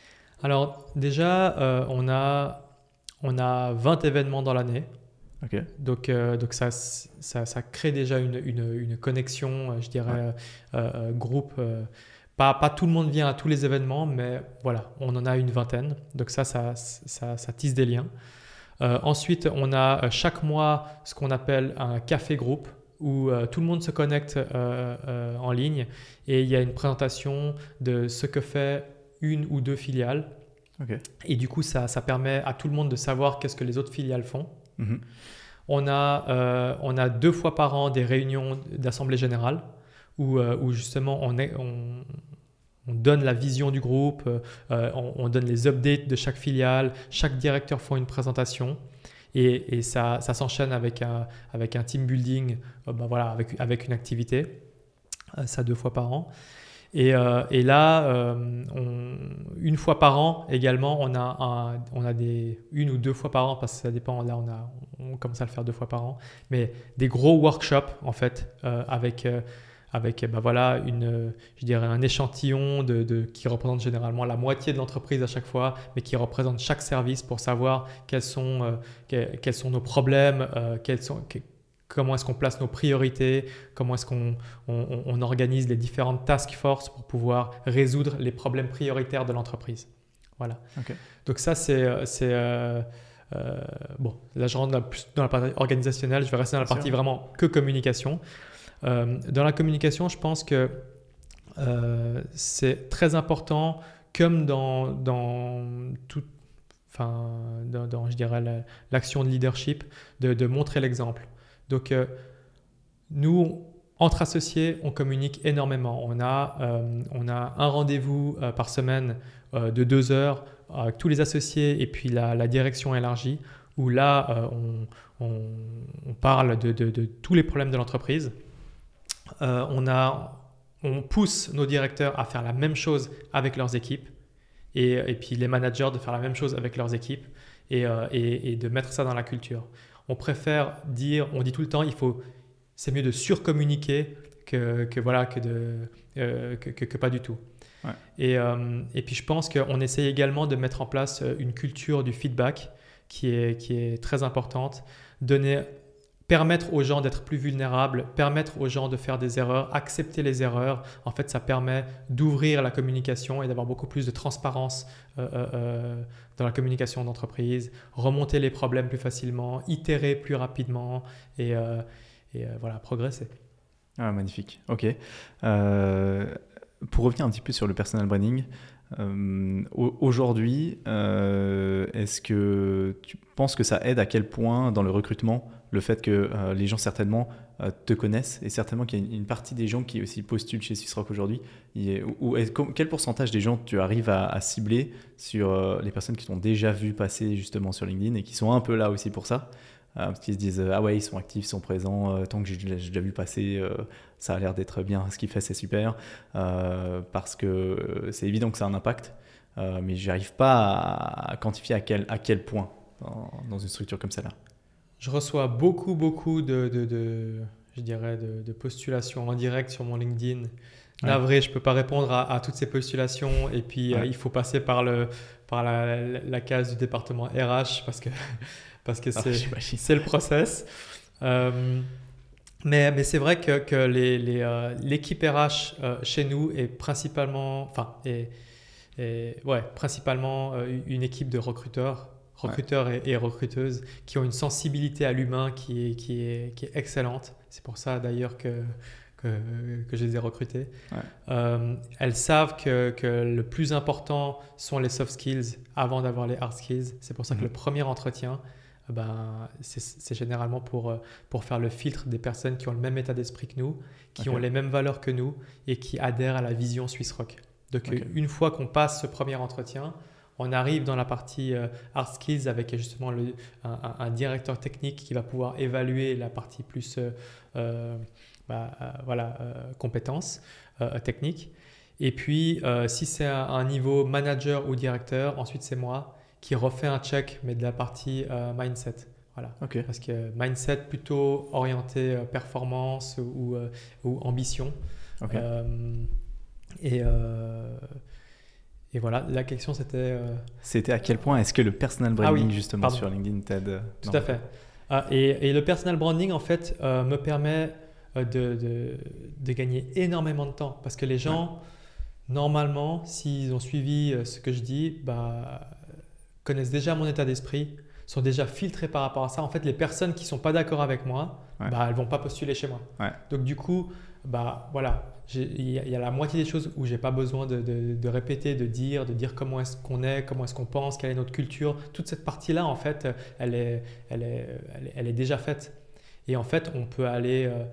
Alors déjà, euh, on, a, on a vingt événements dans l'année. Okay. Donc, euh, donc ça, ça, ça crée déjà une, une, une connexion, je dirais, ouais. euh, euh, groupe. Euh, Pas, pas tout le monde vient à tous les événements, mais voilà, on en a une vingtaine. Donc ça, ça, ça, ça tisse des liens. Euh, ensuite, on a chaque mois ce qu'on appelle un café groupe où euh, tout le monde se connecte euh, euh, en ligne et il y a une présentation de ce que fait une ou deux filiales. Okay. Et du coup, ça, ça permet à tout le monde de savoir qu'est-ce que les autres filiales font. Mm-hmm. On a, euh, on a deux fois par an des réunions d'assemblée générale. Où, euh, où justement on, est, on, on donne la vision du groupe, euh, on, on donne les updates de chaque filiale, chaque directeur fait une présentation et, et ça, ça s'enchaîne avec un, avec un team building, euh, ben voilà, avec, avec une activité, euh, ça deux fois par an. Et, euh, et là, euh, on, une fois par an également, on a, un, on a des, une ou deux fois par an, parce que ça dépend, là on, a, on commence à le faire deux fois par an, mais des gros workshops en fait, euh, avec, euh, avec ben voilà, une, je dirais un échantillon de, de, qui représente généralement la moitié de l'entreprise à chaque fois, mais qui représente chaque service pour savoir quels sont, euh, quels, quels sont nos problèmes, euh, quels sont... Quels, comment est-ce qu'on place nos priorités, comment est-ce qu'on on, on organise les différentes task force pour pouvoir résoudre les problèmes prioritaires de l'entreprise. Voilà. Okay. Donc ça, c'est... c'est euh, euh, bon, là, je rentre plus dans la partie organisationnelle, je vais rester dans la Bien partie sûr. vraiment que communication. Euh, dans la communication, je pense que euh, c'est très important, comme dans, dans tout, enfin, dans, dans, je dirais, la, l'action de leadership, de, de montrer l'exemple. Donc, euh, nous, entre associés, on communique énormément. On a, euh, on a un rendez-vous euh, par semaine euh, de deux heures avec tous les associés et puis la, la direction élargie, où là, euh, on, on, on parle de, de, de tous les problèmes de l'entreprise. Euh, on, a, on pousse nos directeurs à faire la même chose avec leurs équipes et, et puis les managers de faire la même chose avec leurs équipes et, euh, et, et de mettre ça dans la culture. On préfère dire, on dit tout le temps, il faut, c'est mieux de surcommuniquer que, que, voilà, que, de, euh, que, que, que pas du tout. Ouais. Et, euh, et puis je pense qu'on essaye également de mettre en place une culture du feedback qui est, qui est très importante. Donner, permettre aux gens d'être plus vulnérables, permettre aux gens de faire des erreurs, accepter les erreurs. En fait, ça permet d'ouvrir la communication et d'avoir beaucoup plus de transparence euh, euh, dans la communication d'entreprise, remonter les problèmes plus facilement, itérer plus rapidement et, euh, et euh, voilà, progresser. Ah, magnifique. Ok. Euh, pour revenir un petit peu sur le personal branding, euh, aujourd'hui, euh, est-ce que tu penses que ça aide à quel point dans le recrutement le fait que euh, les gens certainement euh, te connaissent et certainement qu'il y a une, une partie des gens qui aussi postulent chez Swissrock aujourd'hui, est, ou, ou, quel pourcentage des gens tu arrives à, à cibler sur euh, les personnes qui t'ont déjà vu passer justement sur LinkedIn et qui sont un peu là aussi pour ça, euh, parce qu'ils se disent ah ouais, ils sont actifs, ils sont présents, euh, tant que j'ai, j'ai déjà vu passer, euh, ça a l'air d'être bien, ce qu'il fait c'est super, euh, parce que euh, c'est évident que ça a un impact, euh, mais j'arrive pas à, à quantifier à quel, à quel point dans, dans une structure comme celle-là. Je reçois beaucoup, beaucoup de, de, de je dirais, de, de postulations en direct sur mon LinkedIn. Là, ouais. vrai, je ne peux pas répondre à, à toutes ces postulations et puis ouais. euh, il faut passer par, le, par la, la, la case du département R H parce que, parce que c'est, ah, c'est le process. Euh, mais, mais c'est vrai que, que les, les, euh, l'équipe R H euh, chez nous est principalement, enfin, est, est, ouais, principalement euh, une équipe de recruteurs. recruteurs ouais. et, et recruteuses qui ont une sensibilité à l'humain qui est, qui est, qui est excellente. C'est pour ça d'ailleurs que, que, que je les ai recrutés. Ouais. Euh, elles savent que, que le plus important sont les soft skills avant d'avoir les hard skills. C'est pour ça mmh. que le premier entretien, ben, c'est, c'est généralement pour, pour faire le filtre des personnes qui ont le même état d'esprit que nous, qui okay. ont les mêmes valeurs que nous et qui adhèrent à la vision Swissrock. Donc okay. une fois qu'on passe ce premier entretien, on arrive dans la partie euh, hard skills avec justement le, un, un, un directeur technique qui va pouvoir évaluer la partie plus euh, euh, bah, euh, voilà, euh, compétences euh, techniques. Et puis, euh, si c'est un, un niveau manager ou directeur, ensuite c'est moi qui refais un check, mais de la partie euh, mindset. Voilà. Okay. Parce que mindset plutôt orienté euh, performance ou, euh, ou ambition. Okay. Euh, et euh, Et voilà, la question c'était… Euh... C'était à quel point est-ce que le personal branding ah oui, justement pardon. sur LinkedIn t'aide? Tout non, à fait. Ah, et, et le personal branding en fait euh, me permet euh, de, de, de gagner énormément de temps parce que les gens, ouais. normalement, s'ils ont suivi euh, ce que je dis, bah, connaissent déjà mon état d'esprit, sont déjà filtrés par rapport à ça. En fait, les personnes qui ne sont pas d'accord avec moi, ouais. bah, elles ne vont pas postuler chez moi. Ouais. Donc du coup, bah, voilà. Il y, y a la moitié des choses où je n'ai pas besoin de, de, de répéter, de dire, de dire comment est-ce qu'on est, comment est-ce qu'on pense, quelle est notre culture. Toute cette partie-là, en fait, elle est, elle est, elle est, elle est déjà faite. Et en fait, on peut aller euh,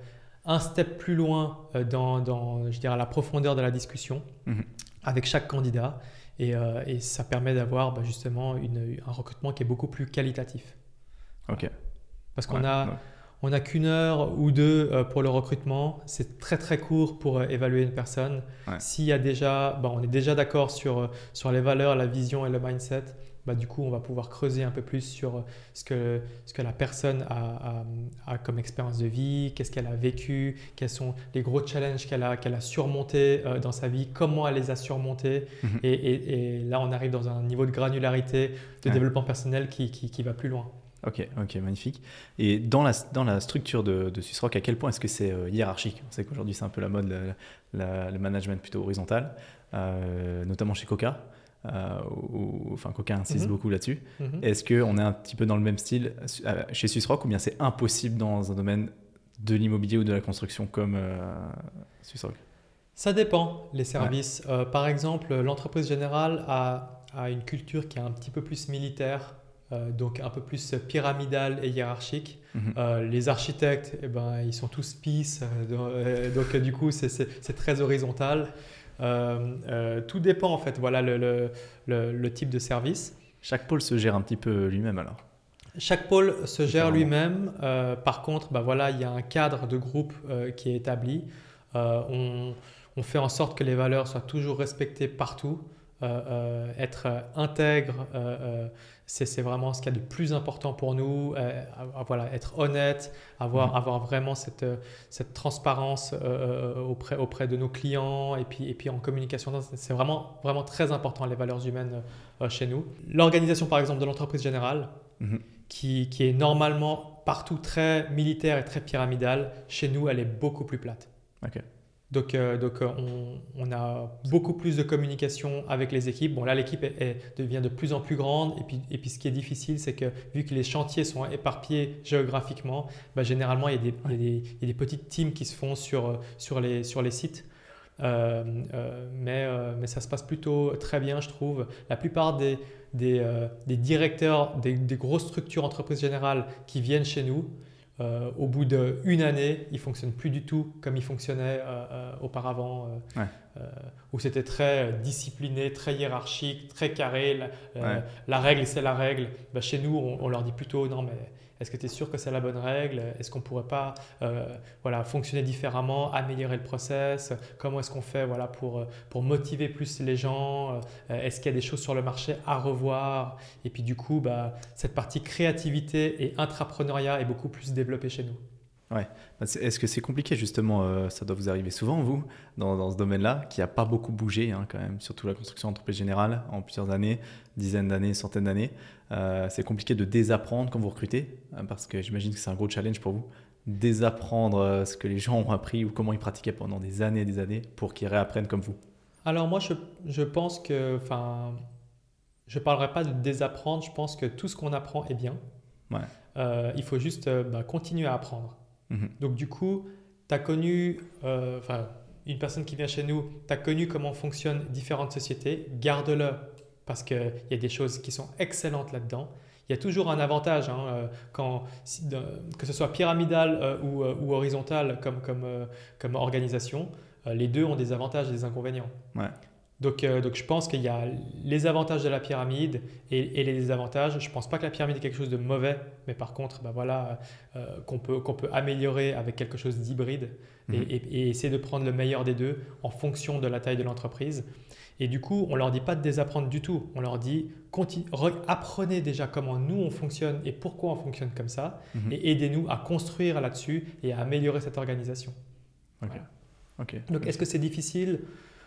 un step plus loin euh, dans, dans, je dirais, la profondeur de la discussion Mhm. avec chaque candidat. Et, euh, et ça permet d'avoir bah, justement une, un recrutement qui est beaucoup plus qualitatif. Ok. Parce qu'on Ouais, a, ouais. on a qu'une heure ou deux euh, pour le recrutement. C'est très très court pour euh, évaluer une personne. Ouais. S'il y a déjà, bah, on est déjà d'accord sur, euh, sur les valeurs, la vision et le mindset, bah, du coup on va pouvoir creuser un peu plus sur euh, ce que, ce que la personne a, a, a comme expérience de vie, qu'est-ce qu'elle a vécu, quels sont les gros challenges qu'elle a, qu'elle a surmontés euh, dans sa vie, comment elle les a surmontés. Mhm. Et, et- et là on arrive dans un niveau de granularité, de Ouais. développement personnel qui, qui, qui va plus loin. Ok, ok, magnifique. Et dans la, dans la structure de, de SwissRock, à quel point est-ce que c'est euh, hiérarchique? On sait qu'aujourd'hui, c'est un peu la mode, la- la- le management plutôt horizontal, euh, notamment chez Coca. Euh, où- enfin, Coca insiste Mhm. beaucoup là-dessus. Mhm. Est-ce qu'on est un petit peu dans le même style euh, chez SwissRock ou bien c'est impossible dans un domaine de l'immobilier ou de la construction comme euh, SwissRock? Ça dépend, les services. Euh, par exemple, l'entreprise générale a, a une culture qui est un petit peu plus militaire, euh, donc un peu plus pyramidale et hiérarchique. Mhm. Euh, les architectes, eh ben, ils sont tous P I S, euh, donc, euh, donc, euh, du coup, c'est- c'est c'est très horizontal. Euh, euh, tout dépend en fait, voilà le, le- le- le type de service. Chaque pôle se gère un petit peu lui-même alors. Chaque pôle se gère Différemment. lui-même. Euh, par contre, bah voilà, il y a un cadre de groupe euh, qui est établi. Euh, on, on fait en sorte que les valeurs soient toujours respectées partout. Euh, euh, être euh, intègre, euh, euh, c'est c'est vraiment ce qu'il y a de plus important pour nous. Euh, à- à- voilà, être honnête, avoir, Mhm. avoir vraiment cette, euh, cette transparence euh, euh, auprès, auprès de nos clients et puis, et puis en communication. Non, C'est c'est vraiment, vraiment très important, les valeurs humaines euh, chez nous. L'organisation, par exemple, de l'entreprise générale, Mhm. qui, qui est normalement partout très militaire et très pyramidale, chez nous, elle est beaucoup plus plate. Ok. Donc, euh, donc euh, on, on a beaucoup plus de communication avec les équipes. Bon, là, l'équipe est- est- devient de plus en plus grande. Et puis, et puis ce qui est difficile, c'est que vu que les chantiers sont éparpillés géographiquement, bah, généralement, il y, a des, il, y a des, il y a des petites teams qui se font sur, sur, les, sur les sites. Euh, euh, mais, euh, mais ça se passe plutôt très bien, je trouve. La plupart des, des, euh, des directeurs des, des grosses structures entreprises générales qui viennent chez nous, euh, au bout d'une année, ils ne fonctionnent plus du tout comme ils fonctionnaient euh, euh, auparavant, euh, Ouais. euh, où c'était très euh, discipliné, très hiérarchique, très carré. La, euh, Ouais. la règle, c'est la règle. Bah, chez nous, on, on leur dit plutôt, non, mais est-ce que tu es sûr que c'est la bonne règle? Est-ce qu'on ne pourrait pas euh, voilà, fonctionner différemment, améliorer le process? Comment est-ce qu'on fait voilà, pour, euh, pour motiver plus les gens? Euh, Est-ce qu'il y a des choses sur le marché à revoir? Et puis du coup, bah, cette partie créativité et intrapreneuriat est beaucoup plus développée chez nous. Ouais. Bah, c'est- Est-ce que c'est compliqué justement, euh, ça doit vous arriver souvent, vous, dans, dans ce domaine-là, qui n'a pas beaucoup bougé hein, quand même, surtout la construction d'entreprise générale en plusieurs années, dizaines d'années, centaines d'années. Euh, c'est compliqué de désapprendre quand vous recrutez, hein, parce que j'imagine que c'est un gros challenge pour vous. Désapprendre euh, ce que les gens ont appris ou comment ils pratiquaient pendant des années et des années pour qu'ils réapprennent comme vous. Alors moi, je, je pense que, enfin, je ne parlerai pas de désapprendre, je pense que tout ce qu'on apprend est bien. Ouais. Euh, il faut juste euh, bah, continuer à apprendre. Mhm. Donc du coup, tu as connu, euh, enfin, une personne qui vient chez nous, tu as connu comment fonctionnent différentes sociétés, garde-le parce qu'il y a des choses qui sont excellentes là-dedans. Il y a toujours un avantage, hein, euh, quand, si- de- que ce soit pyramidal euh, ou, euh, ou horizontal comme, comme, euh, comme organisation, euh, les deux ont des avantages et des inconvénients. Ouais. Donc, euh, donc je pense qu'il y a les avantages de la pyramide et, et les désavantages. Je ne pense pas que la pyramide est quelque chose de mauvais, mais par contre, bah voilà, euh, qu'on peut, qu'on peut améliorer avec quelque chose d'hybride et, Mhm. et- et essayer de prendre le meilleur des deux en fonction de la taille de l'entreprise. Et du coup, on ne leur dit pas de désapprendre du tout. On leur dit, continue, re- apprenez déjà comment nous, on fonctionne et pourquoi on fonctionne comme ça, Mhm. et aidez-nous à construire là-dessus et à améliorer cette organisation. Ok. Voilà. Ok. Donc, est-ce que c'est difficile?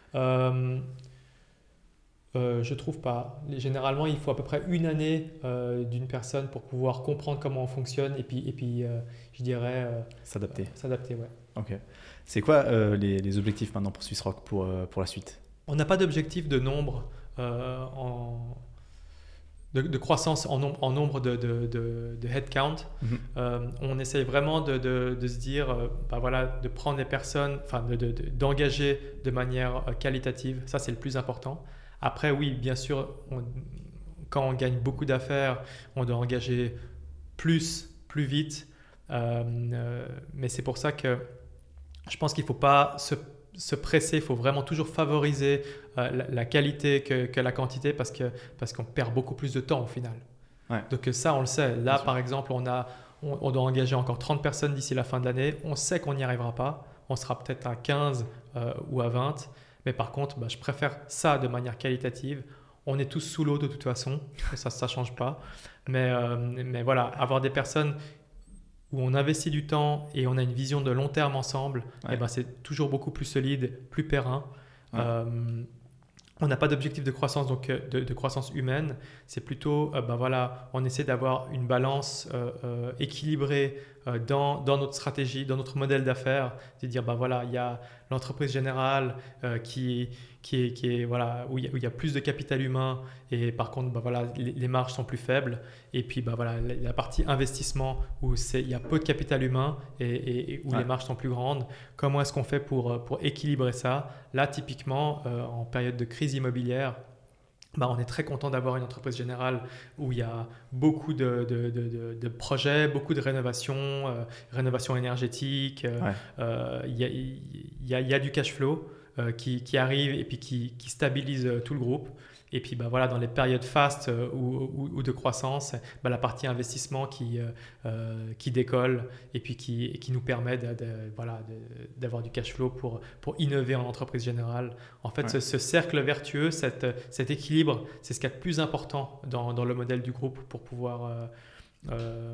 Euh, euh, je trouve pas. Généralement, il faut à peu près une année euh, d'une personne pour pouvoir comprendre comment on fonctionne et puis, et puis euh, je dirais, euh, S'adapter. euh, s'adapter. Ouais. Ok. C'est quoi euh, les, les objectifs maintenant pour SwissRock pour, euh, pour la suite? On n'a pas d'objectif de nombre euh, en, de, de croissance en, nom- en nombre de, de, de, de headcount. Mhm. Euh, on essaye vraiment de, de, de se dire, euh, bah voilà, de prendre des personnes, enfin de, de- de- d'engager de manière euh, qualitative. Ça, c'est le plus important. Après, oui, bien sûr, on- quand on gagne beaucoup d'affaires, on doit engager plus, plus vite. Euh, euh, mais c'est pour ça que je pense qu'il ne faut pas se, se presser, il faut vraiment toujours favoriser euh, la, la qualité que, que la quantité parce, que, parce qu'on perd beaucoup plus de temps au final. Ouais. Donc ça, on le sait. Là, par exemple, on, a, on, on doit engager encore trente personnes d'ici la fin de l'année. On sait qu'on n'y arrivera pas. On sera peut-être à quinze euh, ou à vingt. Mais par contre, bah, je préfère ça de manière qualitative. On est tous sous l'eau de toute façon. Ça ne change pas. Mais, euh, mais voilà, avoir des personnes où on investit du temps et on a une vision de long terme ensemble, Ouais. eh ben, c'est toujours beaucoup plus solide, plus périn. Ouais. Euh, on n'a pas d'objectif de croissance, donc de, de croissance humaine. C'est plutôt, euh, ben voilà, on essaie d'avoir une balance euh, euh, équilibrée euh, dans, dans notre stratégie, dans notre modèle d'affaires. De dire, ben voilà, il y a l'entreprise générale euh, qui, qui est, qui est, voilà, où il y a, où il y a plus de capital humain et par contre, ben voilà, les, les marges sont plus faibles. Et puis, ben voilà, la, la partie investissement où c'est, il y a peu de capital humain et, et, et où Ouais. les marges sont plus grandes. Comment est-ce qu'on fait pour, pour équilibrer ça? Là, typiquement, euh, en période de crise immobilière, bah, on est très content d'avoir une entreprise générale où il y a beaucoup de, de, de, de, de projets, beaucoup de rénovations, euh, rénovations énergétiques. Euh, Ouais. euh, il, y a, il, y a, il y a du cash flow euh, qui, qui arrive et puis qui, qui stabilise euh, tout le groupe. Et puis bah, voilà, dans les périodes fastes euh, ou, ou, ou de croissance, bah, la partie investissement qui, euh, euh, qui décolle et puis qui, et qui nous permet de, de, voilà, de, d'avoir du cash flow pour, pour innover en entreprise générale. En fait, Ouais. ce, ce cercle vertueux, cette, cet équilibre, c'est ce qu'il y a de plus important dans, dans le modèle du groupe pour pouvoir, euh, euh,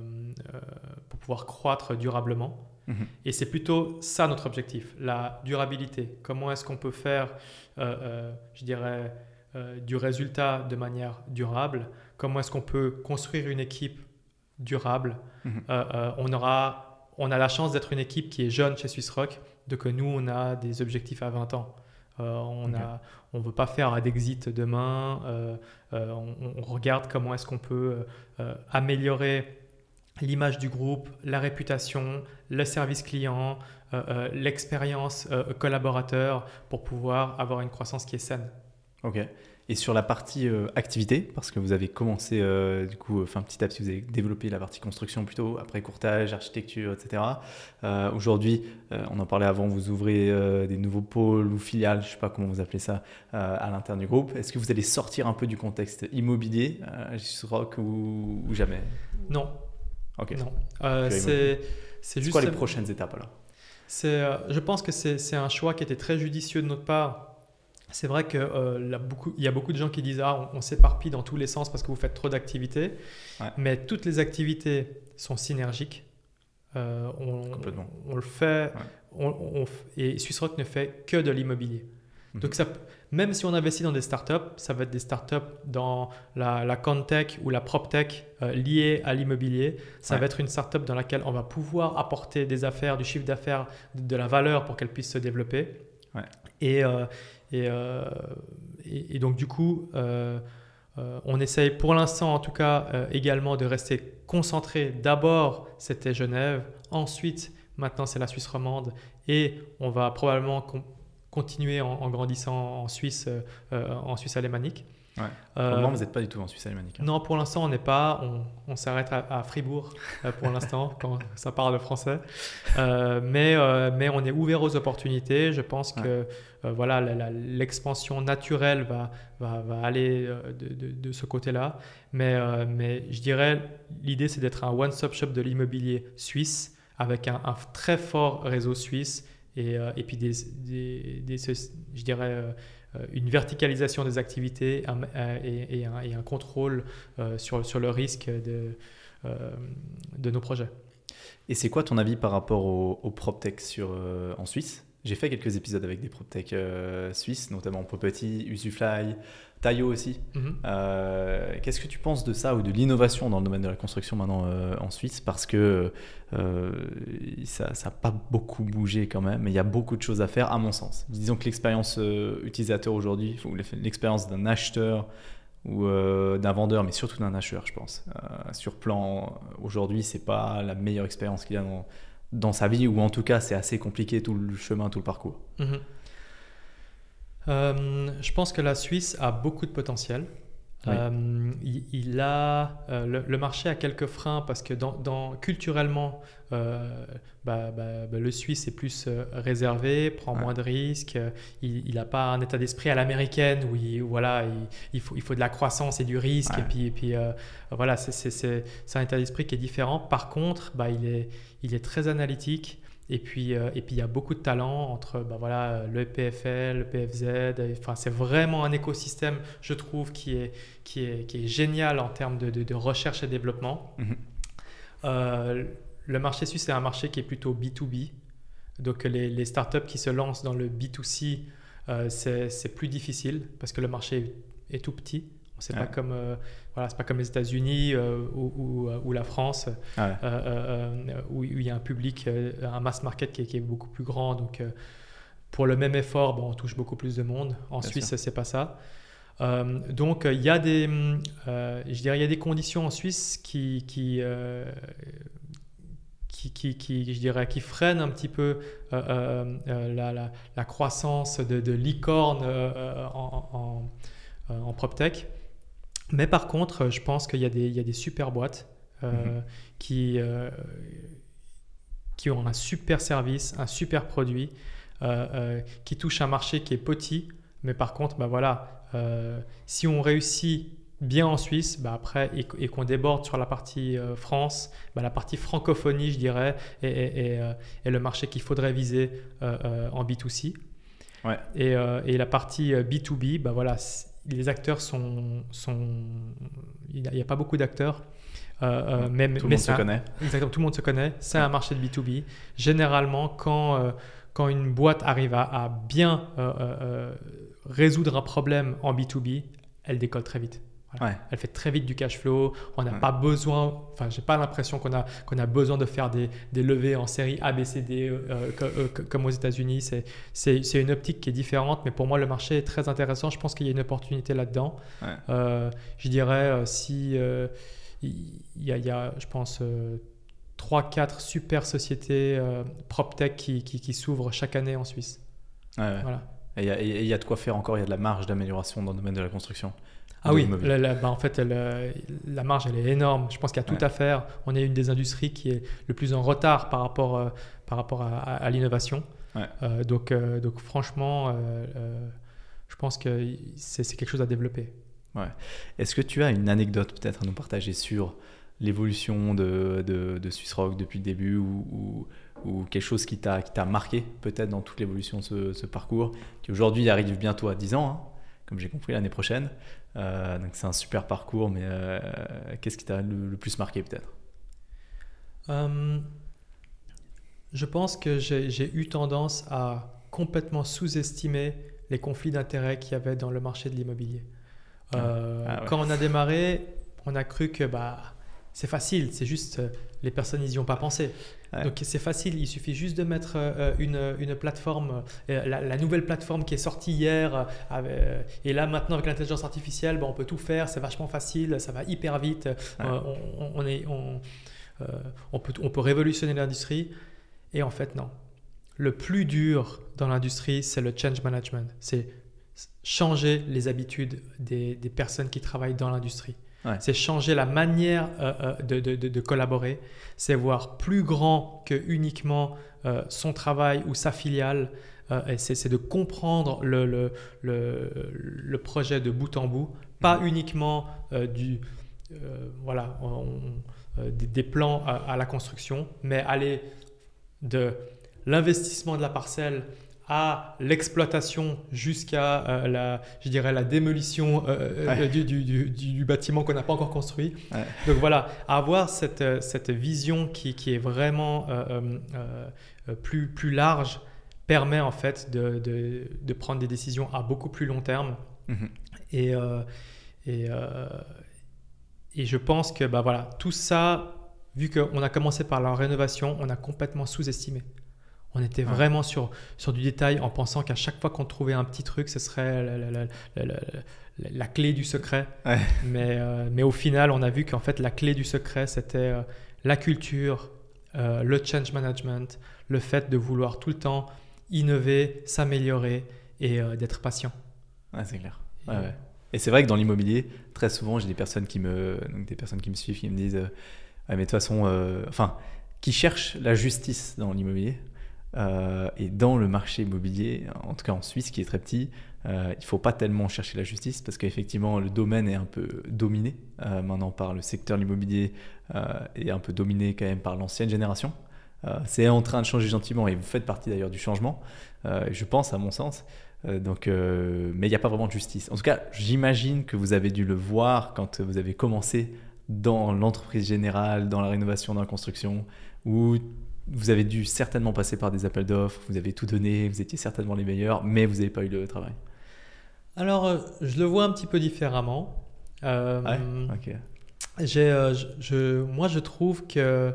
pour pouvoir croître durablement. Mhm. Et c'est plutôt ça notre objectif, la durabilité. Comment est-ce qu'on peut faire, euh, euh, je dirais, euh, du résultat de manière durable? Comment est-ce qu'on peut construire une équipe durable? Mhm. euh, euh, on, aura, on a la chance d'être une équipe qui est jeune chez SwissRock, donc nous, on a des objectifs à vingt ans. Euh, on Ok. a, on ne veut pas faire d'exit demain. Euh, euh, on, on regarde comment est-ce qu'on peut euh, améliorer l'image du groupe, la réputation, le service client, euh, euh, l'expérience euh, collaborateur pour pouvoir avoir une croissance qui est saine. Ok. Et sur la partie euh, activité, parce que vous avez commencé, euh, du coup, enfin petit à petit, vous avez développé la partie construction plutôt, après courtage, architecture, et cetera. Euh, aujourd'hui, euh, on en parlait avant, vous ouvrez euh, des nouveaux pôles ou filiales, je ne sais pas comment vous appelez ça, euh, à l'intérieur du groupe. Est-ce que vous allez sortir un peu du contexte immobilier, euh, SwissRock ou, ou jamais? Non. Ok. Non. Euh, Tu as c'est, évoqué. c'est C'est juste. quoi les prochaines étapes alors? C'est, euh, je pense que c'est, c'est un choix qui était très judicieux de notre part. C'est vrai qu'il euh, y a beaucoup de gens qui disent ah, on, on s'éparpille dans tous les sens parce que vous faites trop d'activités. Ouais. Mais toutes les activités sont synergiques. Euh, on, Complètement. on, on le fait. Ouais. On, on, et SwissRock ne fait que de l'immobilier. Mhm. Donc ça, même si on investit dans des startups, ça va être des startups dans la, la ConTech ou la PropTech euh, liées à l'immobilier. Ça Ouais. va être une startup dans laquelle on va pouvoir apporter des affaires, du chiffre d'affaires, de, de la valeur pour qu'elle puisse se développer. Ouais. Et, euh, et, euh, et, et donc du coup, euh, euh, on essaye pour l'instant en tout cas euh, également de rester concentré. D'abord, c'était Genève. Ensuite, maintenant, c'est la Suisse romande. Et on va probablement com- continuer en, en grandissant en Suisse, euh, en Suisse alémanique. Ouais. Euh, Pour le moment, vous n'êtes pas du tout en Suisse alémanique. hein. non, pour l'instant, on n'est pas. On, on s'arrête à, à Fribourg euh, pour l'instant, quand ça parle français. Euh, mais, euh, mais on est ouvert aux opportunités. Je pense que Ouais. euh, voilà, la- la- l'expansion naturelle va, va, va aller euh, de, de, de ce côté-là. Mais, euh, mais je dirais, l'idée, c'est d'être un one-stop shop de l'immobilier suisse avec un, un très fort réseau suisse et, euh, et puis des, des, des, je dirais, euh, une verticalisation des activités un, euh, et, et, un, et un contrôle euh, sur, sur le risque de, euh, de nos projets. Et c'est quoi ton avis par rapport au, au PropTech sur, euh, en Suisse? J'ai fait quelques épisodes avec des PropTech euh, suisses, notamment Property, Usufly, Tayo aussi. Mm-hmm. Euh, qu'est-ce que tu penses de ça ou de l'innovation dans le domaine de la construction maintenant euh, en Suisse? Parce que euh, ça n'a pas beaucoup bougé quand même, mais il y a beaucoup de choses à faire à mon sens. Disons que l'expérience euh, utilisateur aujourd'hui, ou l'expérience d'un acheteur ou euh, d'un vendeur, mais surtout d'un acheteur, je pense, euh, sur plan aujourd'hui, c'est pas la meilleure expérience qu'il y a dans, dans sa vie, ou en tout cas c'est assez compliqué tout le chemin, tout le parcours. Mm-hmm. Euh, je pense que la Suisse a beaucoup de potentiel. Oui. Euh, il, il a, euh, le, le marché a quelques freins parce que dans, dans, culturellement, euh, bah, bah, bah, le Suisse est plus euh, réservé, prend Ouais. moins de risques. euh, Il n'a pas un état d'esprit à l'américaine où, il, où voilà, il, il, faut, il faut de la croissance et du risque. Ouais. Et puis, et puis euh, voilà, c'est, c'est, c'est, c'est un état d'esprit qui est différent. Par contre, bah, il, est, il est très analytique. Et puis, euh, et puis il y a beaucoup de talent entre bah, voilà, le P F L, le P F Z. Enfin, c'est vraiment un écosystème, je trouve, qui est, qui est, qui est génial en termes de, de, de recherche et développement. Mhm. Euh, le marché suisse est un marché qui est plutôt B deux B. Donc les, les startups qui se lancent dans le B deux C, euh, c'est, c'est plus difficile parce que le marché est, est tout petit. C'est, ouais. pas comme, euh, voilà, c'est pas comme les États-Unis euh, ou, ou, ou la France, ouais. euh, euh, où, où il y a un public, euh, un mass market qui est, qui est beaucoup plus grand. Donc, euh, pour le même effort, bon, on touche beaucoup plus de monde. En Bien Suisse, sûr. C'est pas ça. Euh, donc, il y a des, euh, je dirais, il y a des conditions en Suisse qui, qui, euh, qui, qui, qui, je dirais, qui freinent un petit peu euh, euh, la, la, la croissance de, de licorne euh, en, en, en PropTech. Mais par contre, je pense qu'il y a des, il y a des super boîtes euh, mm-hmm. qui, euh, qui ont un super service, un super produit, euh, euh, qui touchent un marché qui est petit. Mais par contre, bah voilà, euh, si on réussit bien en Suisse, bah après, et, et qu'on déborde sur la partie euh, France, bah la partie francophonie, je dirais, est, est, est, euh, est le marché qu'il faudrait viser euh, euh, en B deux C. Ouais. Et, euh, et la partie B deux B, bah voilà, les acteurs sont, sont... il n'y a, a pas beaucoup d'acteurs. Euh, ouais, mais, tout le mais monde se un... connaît. Exactement, tout le monde se connaît. C'est ouais. un marché de B deux B. Généralement, quand, euh, quand une boîte arrive à, à bien euh, euh, résoudre un problème en B deux B, elle décolle très vite. Voilà. Ouais. Elle fait très vite du cash flow. On n'a ouais. pas besoin, enfin, j'ai pas l'impression qu'on a, qu'on a besoin de faire des, des levées en série A, B, C, D euh, que, euh, comme aux États-Unis. C'est, c'est, c'est une optique qui est différente, mais pour moi, le marché est très intéressant. Je pense qu'il y a une opportunité là-dedans. Ouais. Euh, je dirais, euh, si euh, il y, y, y a, je pense, euh, trois quatre super sociétés euh, PropTech qui, qui, qui s'ouvrent chaque année en Suisse. Ouais, ouais. Voilà. Et il y, y a de quoi faire encore. Il y a de la marge d'amélioration dans le domaine de la construction. Ah oui, la, la, bah en fait, elle, la marge, elle est énorme. Je pense qu'il y a tout ouais. à faire. On est une des industries qui est le plus en retard par rapport, euh, par rapport à, à, à l'innovation. Ouais. Euh, donc, euh, donc, franchement, euh, euh, je pense que c'est, c'est quelque chose à développer. Ouais. Est-ce que tu as une anecdote peut-être à nous partager sur l'évolution de, de, de SwissRock depuis le début ou, ou, ou quelque chose qui t'a, qui t'a marqué peut-être dans toute l'évolution de ce, ce parcours qui aujourd'hui arrive bientôt à dix ans, hein, comme j'ai compris l'année prochaine. Euh, donc c'est un super parcours, mais euh, qu'est-ce qui t'a le, le plus marqué peut-être ? euh, Je pense que j'ai, j'ai eu tendance à complètement sous-estimer les conflits d'intérêts qu'il y avait dans le marché de l'immobilier. Euh, ah ouais. Quand on a démarré, on a cru que bah, c'est facile, c'est juste les personnes n'y ont pas pensé. Ouais. Donc c'est facile, il suffit juste de mettre euh, une, une plateforme, euh, la, la nouvelle plateforme qui est sortie hier, euh, et là maintenant avec l'intelligence artificielle, bah, on peut tout faire, c'est vachement facile, ça va hyper vite, ouais. euh, on, on, est, on, euh, on, peut, on peut révolutionner l'industrie, et en fait non. Le plus dur dans l'industrie, c'est le change management, c'est changer les habitudes des, des personnes qui travaillent dans l'industrie. Ouais. C'est changer la manière euh, de, de, de, de collaborer. C'est voir plus grand que uniquement euh, son travail ou sa filiale. Euh, et c'est, c'est de comprendre le, le, le, le projet de bout en bout, pas mmh. uniquement euh, du, euh, voilà, on, euh, des, des plans à, à la construction, mais aller de l'investissement de la parcelle à l'exploitation jusqu'à euh, la, je dirais, la démolition euh, ouais. du, du, du, du bâtiment qu'on n'a pas encore construit. Ouais. Donc voilà, avoir cette, cette vision qui, qui est vraiment euh, euh, plus, plus large permet en fait de, de, de prendre des décisions à beaucoup plus long terme. Mm-hmm. Et, euh, et, euh, et je pense que bah, voilà, tout ça, vu qu'on a commencé par la rénovation, on a complètement sous-estimé. On était vraiment sur, sur du détail en pensant qu'à chaque fois qu'on trouvait un petit truc, ce serait la, la, la, la, la, la clé du secret. Ouais. Mais, euh, mais au final, on a vu qu'en fait, la clé du secret, c'était euh, la culture, euh, le change management, le fait de vouloir tout le temps innover, s'améliorer et euh, d'être patient. Ouais, c'est clair. Ouais, ouais. Et c'est vrai que dans l'immobilier, très souvent, j'ai des personnes qui me, donc des personnes qui me suivent, qui me disent, euh, ouais, mais de toute façon, euh, enfin, qui cherchent la justice dans l'immobilier. Euh, et dans le marché immobilier, en tout cas en Suisse, qui est très petit, euh, il ne faut pas tellement chercher la justice parce qu'effectivement, le domaine est un peu dominé euh, maintenant par le secteur de l'immobilier euh, et un peu dominé quand même par l'ancienne génération. Euh, c'est en train de changer gentiment et vous faites partie d'ailleurs du changement, euh, je pense, à mon sens. Euh, donc, euh, mais il n'y a pas vraiment de justice. En tout cas, j'imagine que vous avez dû le voir quand vous avez commencé dans l'entreprise générale, dans la rénovation, dans la construction, où vous avez dû certainement passer par des appels d'offres, vous avez tout donné, vous étiez certainement les meilleurs, mais vous n'avez pas eu le travail. Alors, euh, je le vois un petit peu différemment. Euh, Ouais, ok. j'ai, euh, je, je- moi, je trouve que,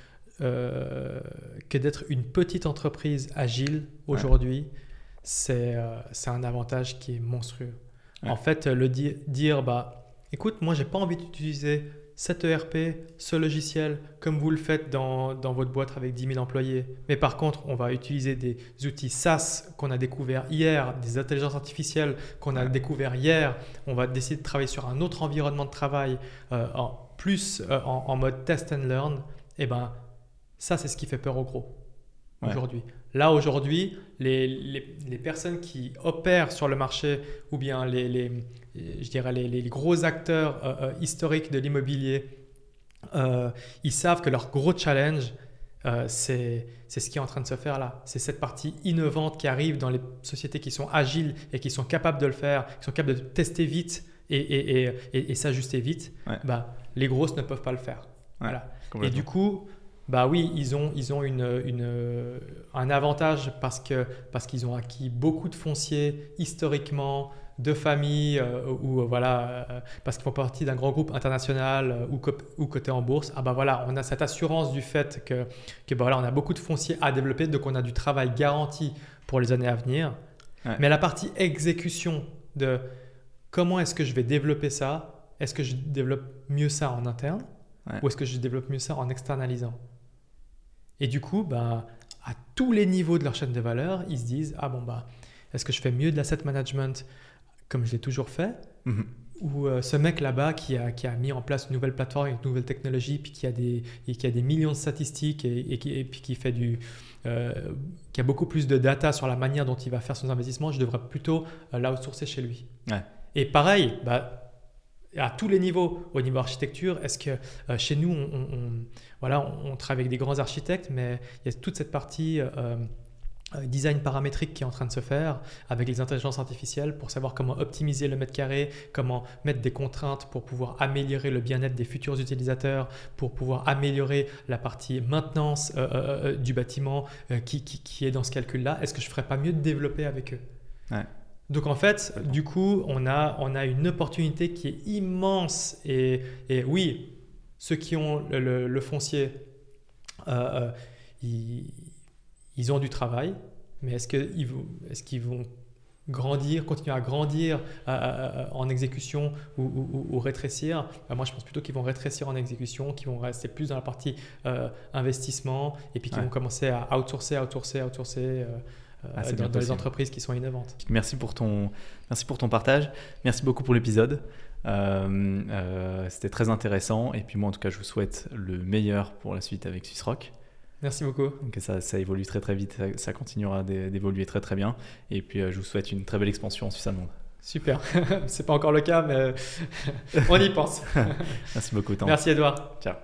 euh, que d'être une petite entreprise agile aujourd'hui, c'est, euh, c'est un avantage qui est monstrueux. Ouais. En fait, le di- dire, bah, écoute, moi, j'ai pas envie d'utiliser cet E R P, ce logiciel, comme vous le faites dans, dans votre boîte avec dix mille employés. Mais par contre, on va utiliser des outils SaaS qu'on a découverts hier, des intelligences artificielles qu'on a Ouais. découverts hier. On va décider de travailler sur un autre environnement de travail, euh, en plus euh, en, en mode test and learn. Et ben, ça, c'est ce qui fait peur aux gros Ouais. aujourd'hui. Là, aujourd'hui, les, les, les personnes qui opèrent sur le marché ou bien les, les, je dirais les, les gros acteurs euh, euh, historiques de l'immobilier, euh, ils savent que leur gros challenge, euh, c'est, c'est ce qui est en train de se faire là. C'est cette partie innovante qui arrive dans les sociétés qui sont agiles et qui sont capables de le faire, qui sont capables de tester vite et, et, et, et, et s'ajuster vite. Ouais. Bah, les grosses ne peuvent pas le faire. Ouais, Voilà. Et complètement. du coup, bah oui, ils ont, ils ont une, une, un avantage parce, que, parce qu'ils ont acquis beaucoup de foncier historiquement, de familles, euh, ou euh, voilà, euh, parce qu'ils font partie d'un grand groupe international euh, ou, co- ou coté en bourse. Ah bah voilà, on a cette assurance du fait que, que bah voilà, on a beaucoup de foncier à développer, donc on a du travail garanti pour les années à venir. Ouais. Mais la partie exécution de comment est-ce que je vais développer ça, est-ce que je développe mieux ça en interne Ouais. ou est-ce que je développe mieux ça en externalisant? Et du coup, bah, à tous les niveaux de leur chaîne de valeur, ils se disent, ah bon, bah, est-ce que je fais mieux de l'asset management comme je l'ai toujours fait, Mhm. ou euh, ce mec là-bas qui a, qui a mis en place une nouvelle plateforme, une nouvelle technologie, puis qui a des, et qui a des millions de statistiques et, et, qui, et puis qui, fait du, euh, qui a beaucoup plus de data sur la manière dont il va faire son investissement, je devrais plutôt euh, l'outsourcer chez lui. Ouais. Et pareil, bah, à tous les niveaux, au niveau architecture, est-ce que euh, chez nous, on, on- on- voilà, on, on travaille avec des grands architectes, mais il y a toute cette partie euh, euh, design paramétrique qui est en train de se faire avec les intelligences artificielles pour savoir comment optimiser le mètre carré, comment mettre des contraintes pour pouvoir améliorer le bien-être des futurs utilisateurs, pour pouvoir améliorer la partie maintenance euh, euh, euh, du bâtiment euh, qui, qui, qui est dans ce calcul-là. Est-ce que je ne ferais pas mieux de développer avec eux? Ouais. Donc en fait, du coup, on a, on a une opportunité qui est immense. Et, et oui, ceux qui ont le, le- le foncier, euh, euh, ils, ils ont du travail, mais est-ce qu'ils vont, est-ce qu'ils vont grandir, continuer à grandir euh, euh, en exécution ou, ou- ou- ou rétrécir? Euh, Moi, je pense plutôt qu'ils vont rétrécir en exécution, qu'ils vont rester plus dans la partie euh, investissement et puis qu'ils Ouais. vont commencer à outsourcer, outsourcer, outsourcer euh, euh, Ah, c'est dans, bien dans les possible. entreprises qui sont innovantes. Merci pour ton, merci pour ton partage. Merci beaucoup pour l'épisode. Euh, euh, c'était très intéressant. Et puis moi, en tout cas, je vous souhaite le meilleur pour la suite avec Swissrock. Merci beaucoup. Donc ça, ça évolue très très vite. Ça, ça continuera d'é- d'évoluer très très bien. Et puis, euh, je vous souhaite une très belle expansion en Suisse allemande. Super. C'est pas encore le cas, mais on y pense. Merci beaucoup, Tom. Merci Edouard. Ciao.